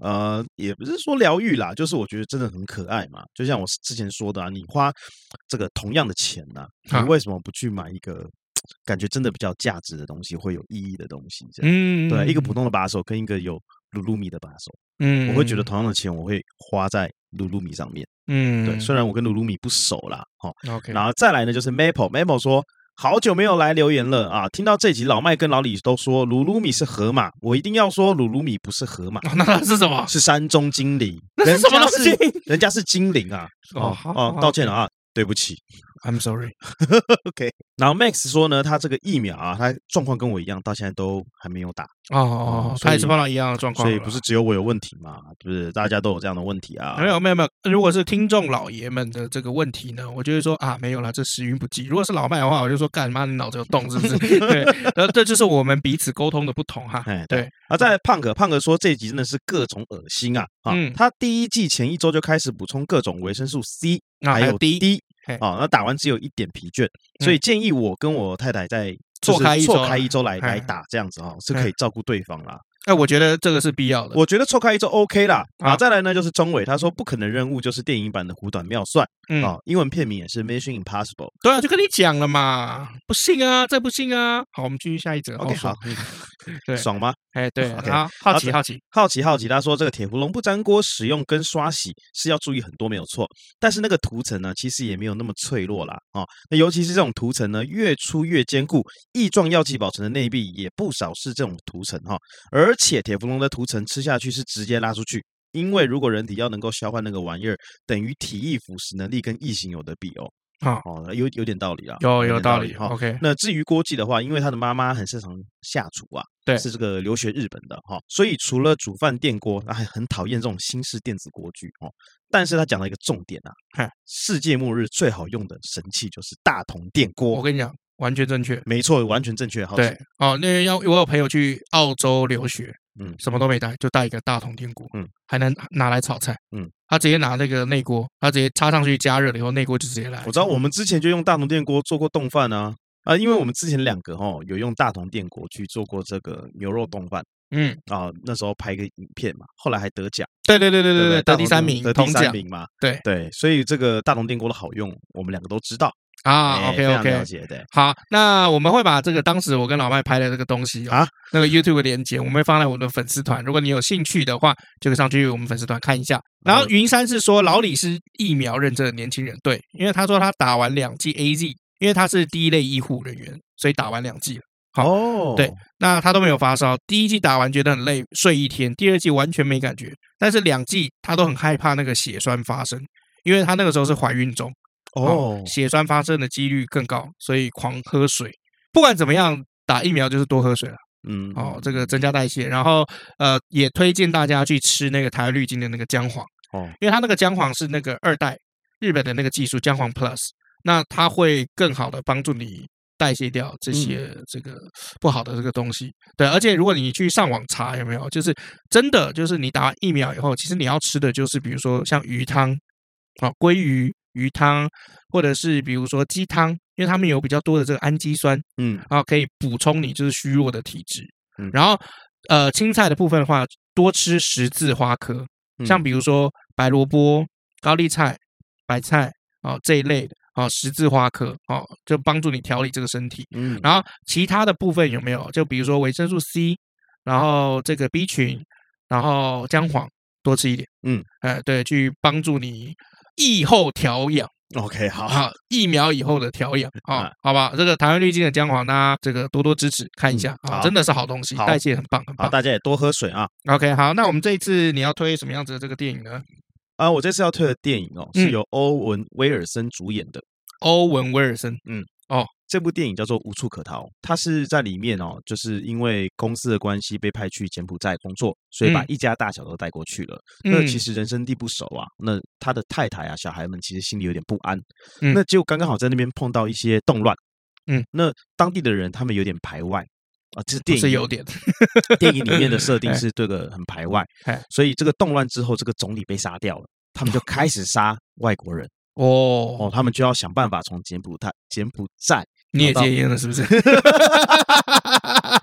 也不是说疗愈啦，就是我觉得真的很可爱嘛。就像我之前说的啊，你花这个同样的钱呐，你为什么不去买一个感觉真的比较价值的东西，会有意义的东西？这样，对，一个普通的把手跟一个有鲁鲁米的把手，我会觉得同样的钱我会花在鲁鲁米上面。对，虽然我跟鲁鲁米不熟啦，
OK，
然后再来呢就是 Maple 说。好久没有来留言了啊！听到这集，老麦跟老李都说鲁鲁米是河马，我一定要说鲁鲁米不是河马，
那它是什么？
是山中精灵。
那是什么东西？
人家是精灵啊！道歉了啊，对不起
，I'm sorry 。
OK。然后 Max 说呢，他这个疫苗啊，他状况跟我一样，到现在都还没有打。
他也是碰到一样的状况，
所以不是只有我有问题嘛？就是大家都有这样的问题啊。
没有。如果是听众老爷们的这个问题呢，我就会说啊，没有啦，这时运不济。如果是老麦的话，我就说干妈你脑子有洞是不是？对，然后这就是我们彼此沟通的不同哈。对
啊，再来胖哥说这一集真的是各种恶心啊！他第一季前1周就开始补充各种维生素 C， 还有 D。那打完只有一点疲倦，所以建议我跟我太太在错开1周来打，这样子是可以照顾对方啦。
我觉得这个是必要的。
我觉得错开1周 OK 啦。再来呢就是钟伟，他说不可能任务就是电影版的《虎短妙算》英文片名也是 Mission Impossible。
对啊，就跟你讲了嘛，不信啊，再不信啊。好，我们继续下一则。
OK， 好，
对，
爽吗？
对，好，好奇。
他说这个铁氟龙不粘锅使用跟刷洗是要注意很多，没有错。但是那个涂层呢，其实也没有那么脆弱啦。那尤其是这种涂层呢，越粗越坚固，液状药剂保存的内壁也不少是这种涂层而且铁氟龙的涂层吃下去是直接拉出去，因为如果人体要能够消化那个玩意儿，等于体液腐蚀能力跟异形有得比有点道理啦，
有道理。OK，
那至于郭记的话，因为他的妈妈很擅长下厨啊，
对，
是这个留学日本的所以除了煮饭电锅，他还很讨厌这种新式电子锅具但是他讲了一个重点啊，世界末日最好用的神器就是大同电锅。
我跟你讲，完全正确，
没错，完全正确。
对，那我有朋友去澳洲留学，什么都没带，就带一个大同电锅，还能拿来炒菜，他直接拿那个内锅，他直接插上去加热了以后，内锅就直接来。
我知道我们之前就用大同电锅做过冻饭啊，因为我们之前2个有用大同电锅去做过这个牛肉冻饭。那时候拍个影片嘛，后来还得奖。
对，得第3名，
得第3名嘛。
对，
所以这个大同电锅的好用，我们2个都知道
啊。OK，
了解。对，
好，那我们会把这个当时我跟老麦拍的这个东西那个 YouTube 连结，我们会放在我们的粉丝团。如果你有兴趣的话，就可以上去我们粉丝团看一下。然后云山是说老李是疫苗认证的年轻人，对，因为他说他打完2剂 AZ， 因为他是第一类医护人员，所以打完2剂了。对，那他都没有发烧，第1剂打完觉得很累，睡1天，第2剂完全没感觉，但是2剂他都很害怕那个血栓发生，因为他那个时候是怀孕中，血栓发生的几率更高，所以狂喝水。不管怎么样，打疫苗就是多喝水了。这个增加代谢，然后也推荐大家去吃那个台湾绿金的那个姜黄，因为它那个姜黄是那个2代日本的那个技术姜黄 Plus， 那它会更好的帮助你代谢掉这些这个不好的这个东西。对，而且如果你去上网查有没有，就是真的就是你打完疫苗以后，其实你要吃的就是比如说像鱼汤鲑鱼汤，或者是比如说鸡汤，因为他们有比较多的这个氨基酸，可以补充你就是虚弱的体质。然后青菜的部分的话，多吃十字花科，像比如说白萝卜、高丽菜、白菜这一类的十字花科就帮助你调理这个身体。然后其他的部分有没有？就比如说维生素 C， 然后这个 B 群，然后姜黄多吃一点。对，去帮助你疫后调养。
OK， 好，
疫苗以后的调养好吧，这个台湾绿金的姜黄，大家这个多多支持看一下真的是好东西，代谢很棒很棒。
好，大家也多喝水啊。
OK， 好，那我们这一次你要推什么样子的这个电影呢？
我这次要推的电影是由欧文·威尔森主演的。
欧文·威尔森，
这部电影叫做《无处可逃》，他是在里面就是因为公司的关系被派去柬埔寨工作，所以把一家大小都带过去了。那其实人生地不熟啊，那他的太太啊、小孩们其实心里有点不安。那结果刚刚好在那边碰到一些动乱。那当地的人他们有点排外这是电影
是有点
电影里面的设定是这个很排外，所以这个动乱之后，这个总理被杀掉了，他们就开始杀外国人。他们就要想办法从柬埔寨，
你也戒烟了是不是？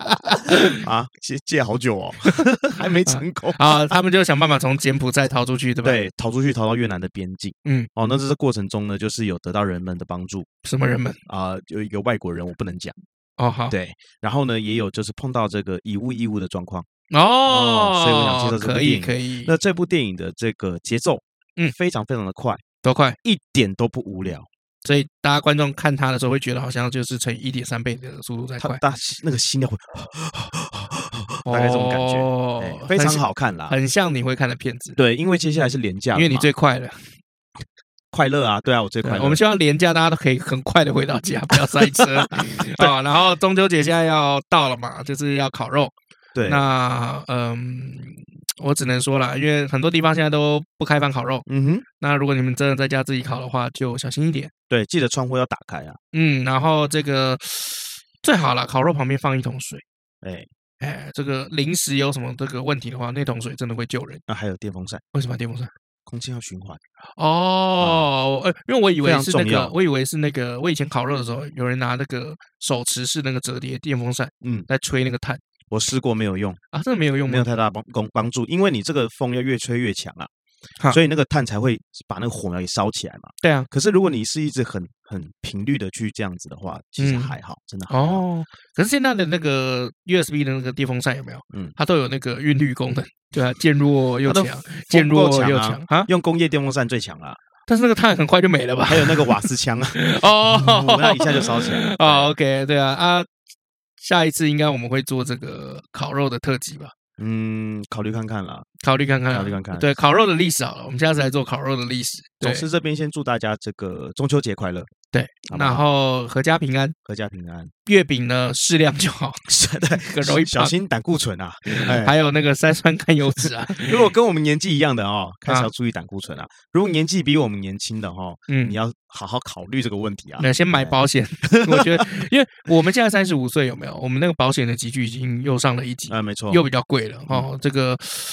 啊，戒好久哦，还没成功
啊。他们就想办法从柬埔寨逃出去，对吧？
对，逃出去，逃到越南的边境。哦，那这过程中呢，就是有得到人们的帮助。
什么人们
啊？有一个外国人，我不能讲。
哦，好，
对，然后呢，也有就是碰到这个以物的状况。
哦，
所以我想介绍这部电影。
可以。
那这部电影的这个节奏，非常非常的快，
多快，
一点都不无聊。
所以大家观众看他的时候会觉得好像就是乘以1.3倍的速度在快，
他那个心跳会大概这种感觉，非常好看啦，
很像你会看的片子。
对，因为接下来是连假，
因为你最快了。
快乐啊，对啊，我最快乐。
我们希望连假大家都可以很快的回到家，不要塞车啊。然后中秋节现在要到了嘛，就是要烤肉。
对，
那我只能说啦，因为很多地方现在都不开放烤肉。那如果你们真的在家自己烤的话，就小心一点。
对，记得窗户要打开啊。
然后这个最好啦，烤肉旁边放一桶水。这个临时有什么这个问题的话，那桶水真的会救人。
那还有电风扇，
为什么电风扇？
空气要循环
哦，因为我以为是那个，我以前烤肉的时候，有人拿那个手持式那个折叠电风扇，来吹那个炭。
我试过没有用
啊，真的没有用吗？
没有太大帮助，因为你这个风要越吹越强啊，所以那个炭才会把那个火苗给烧起来嘛。
对啊，
可是如果你是一直很频率的去这样子的话，其实还好，真的还好。
哦，可是现在的那个 USB 的那个电风扇有没有？它都有那个韵律功能，对啊，渐弱又强，渐弱又强啊。
用工业电风扇最强啦，
但是那个炭很快就没了吧？
还有那个瓦斯枪啊，那一下就烧起来。
哦 ，OK， 对啊。下一次应该我们会做这个烤肉的特辑吧？
考虑看看啦，
考虑看看。对，烤肉的历史好了，我们下次来做烤肉的历史。
总之这边先祝大家这个中秋节快乐。
对，然后阖家平安，
阖家平安。
月饼呢适量就好，
对，很容易小心胆固醇啊，
还有那个三酸甘油酯啊。
如果跟我们年纪一样的开始要注意胆固醇啊。如果年纪比我们年轻的你要好好考虑这个问题啊。
那先买保险，我觉得，因为我们现在35岁，有没有？我们那个保险的集聚已经又上了一级，
没错，
又比较贵了哦。这个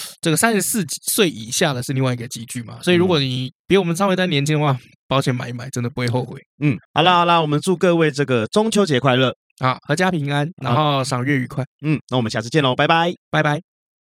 34岁以下的是另外一个集聚嘛，所以如果你比我们稍微再年轻的话，保险买一买真的不会后悔。
好啦，我们祝各位这个中秋节快乐，
好，阖家平安，然后赏月愉快。
那我们下次见喽，拜拜，
拜拜。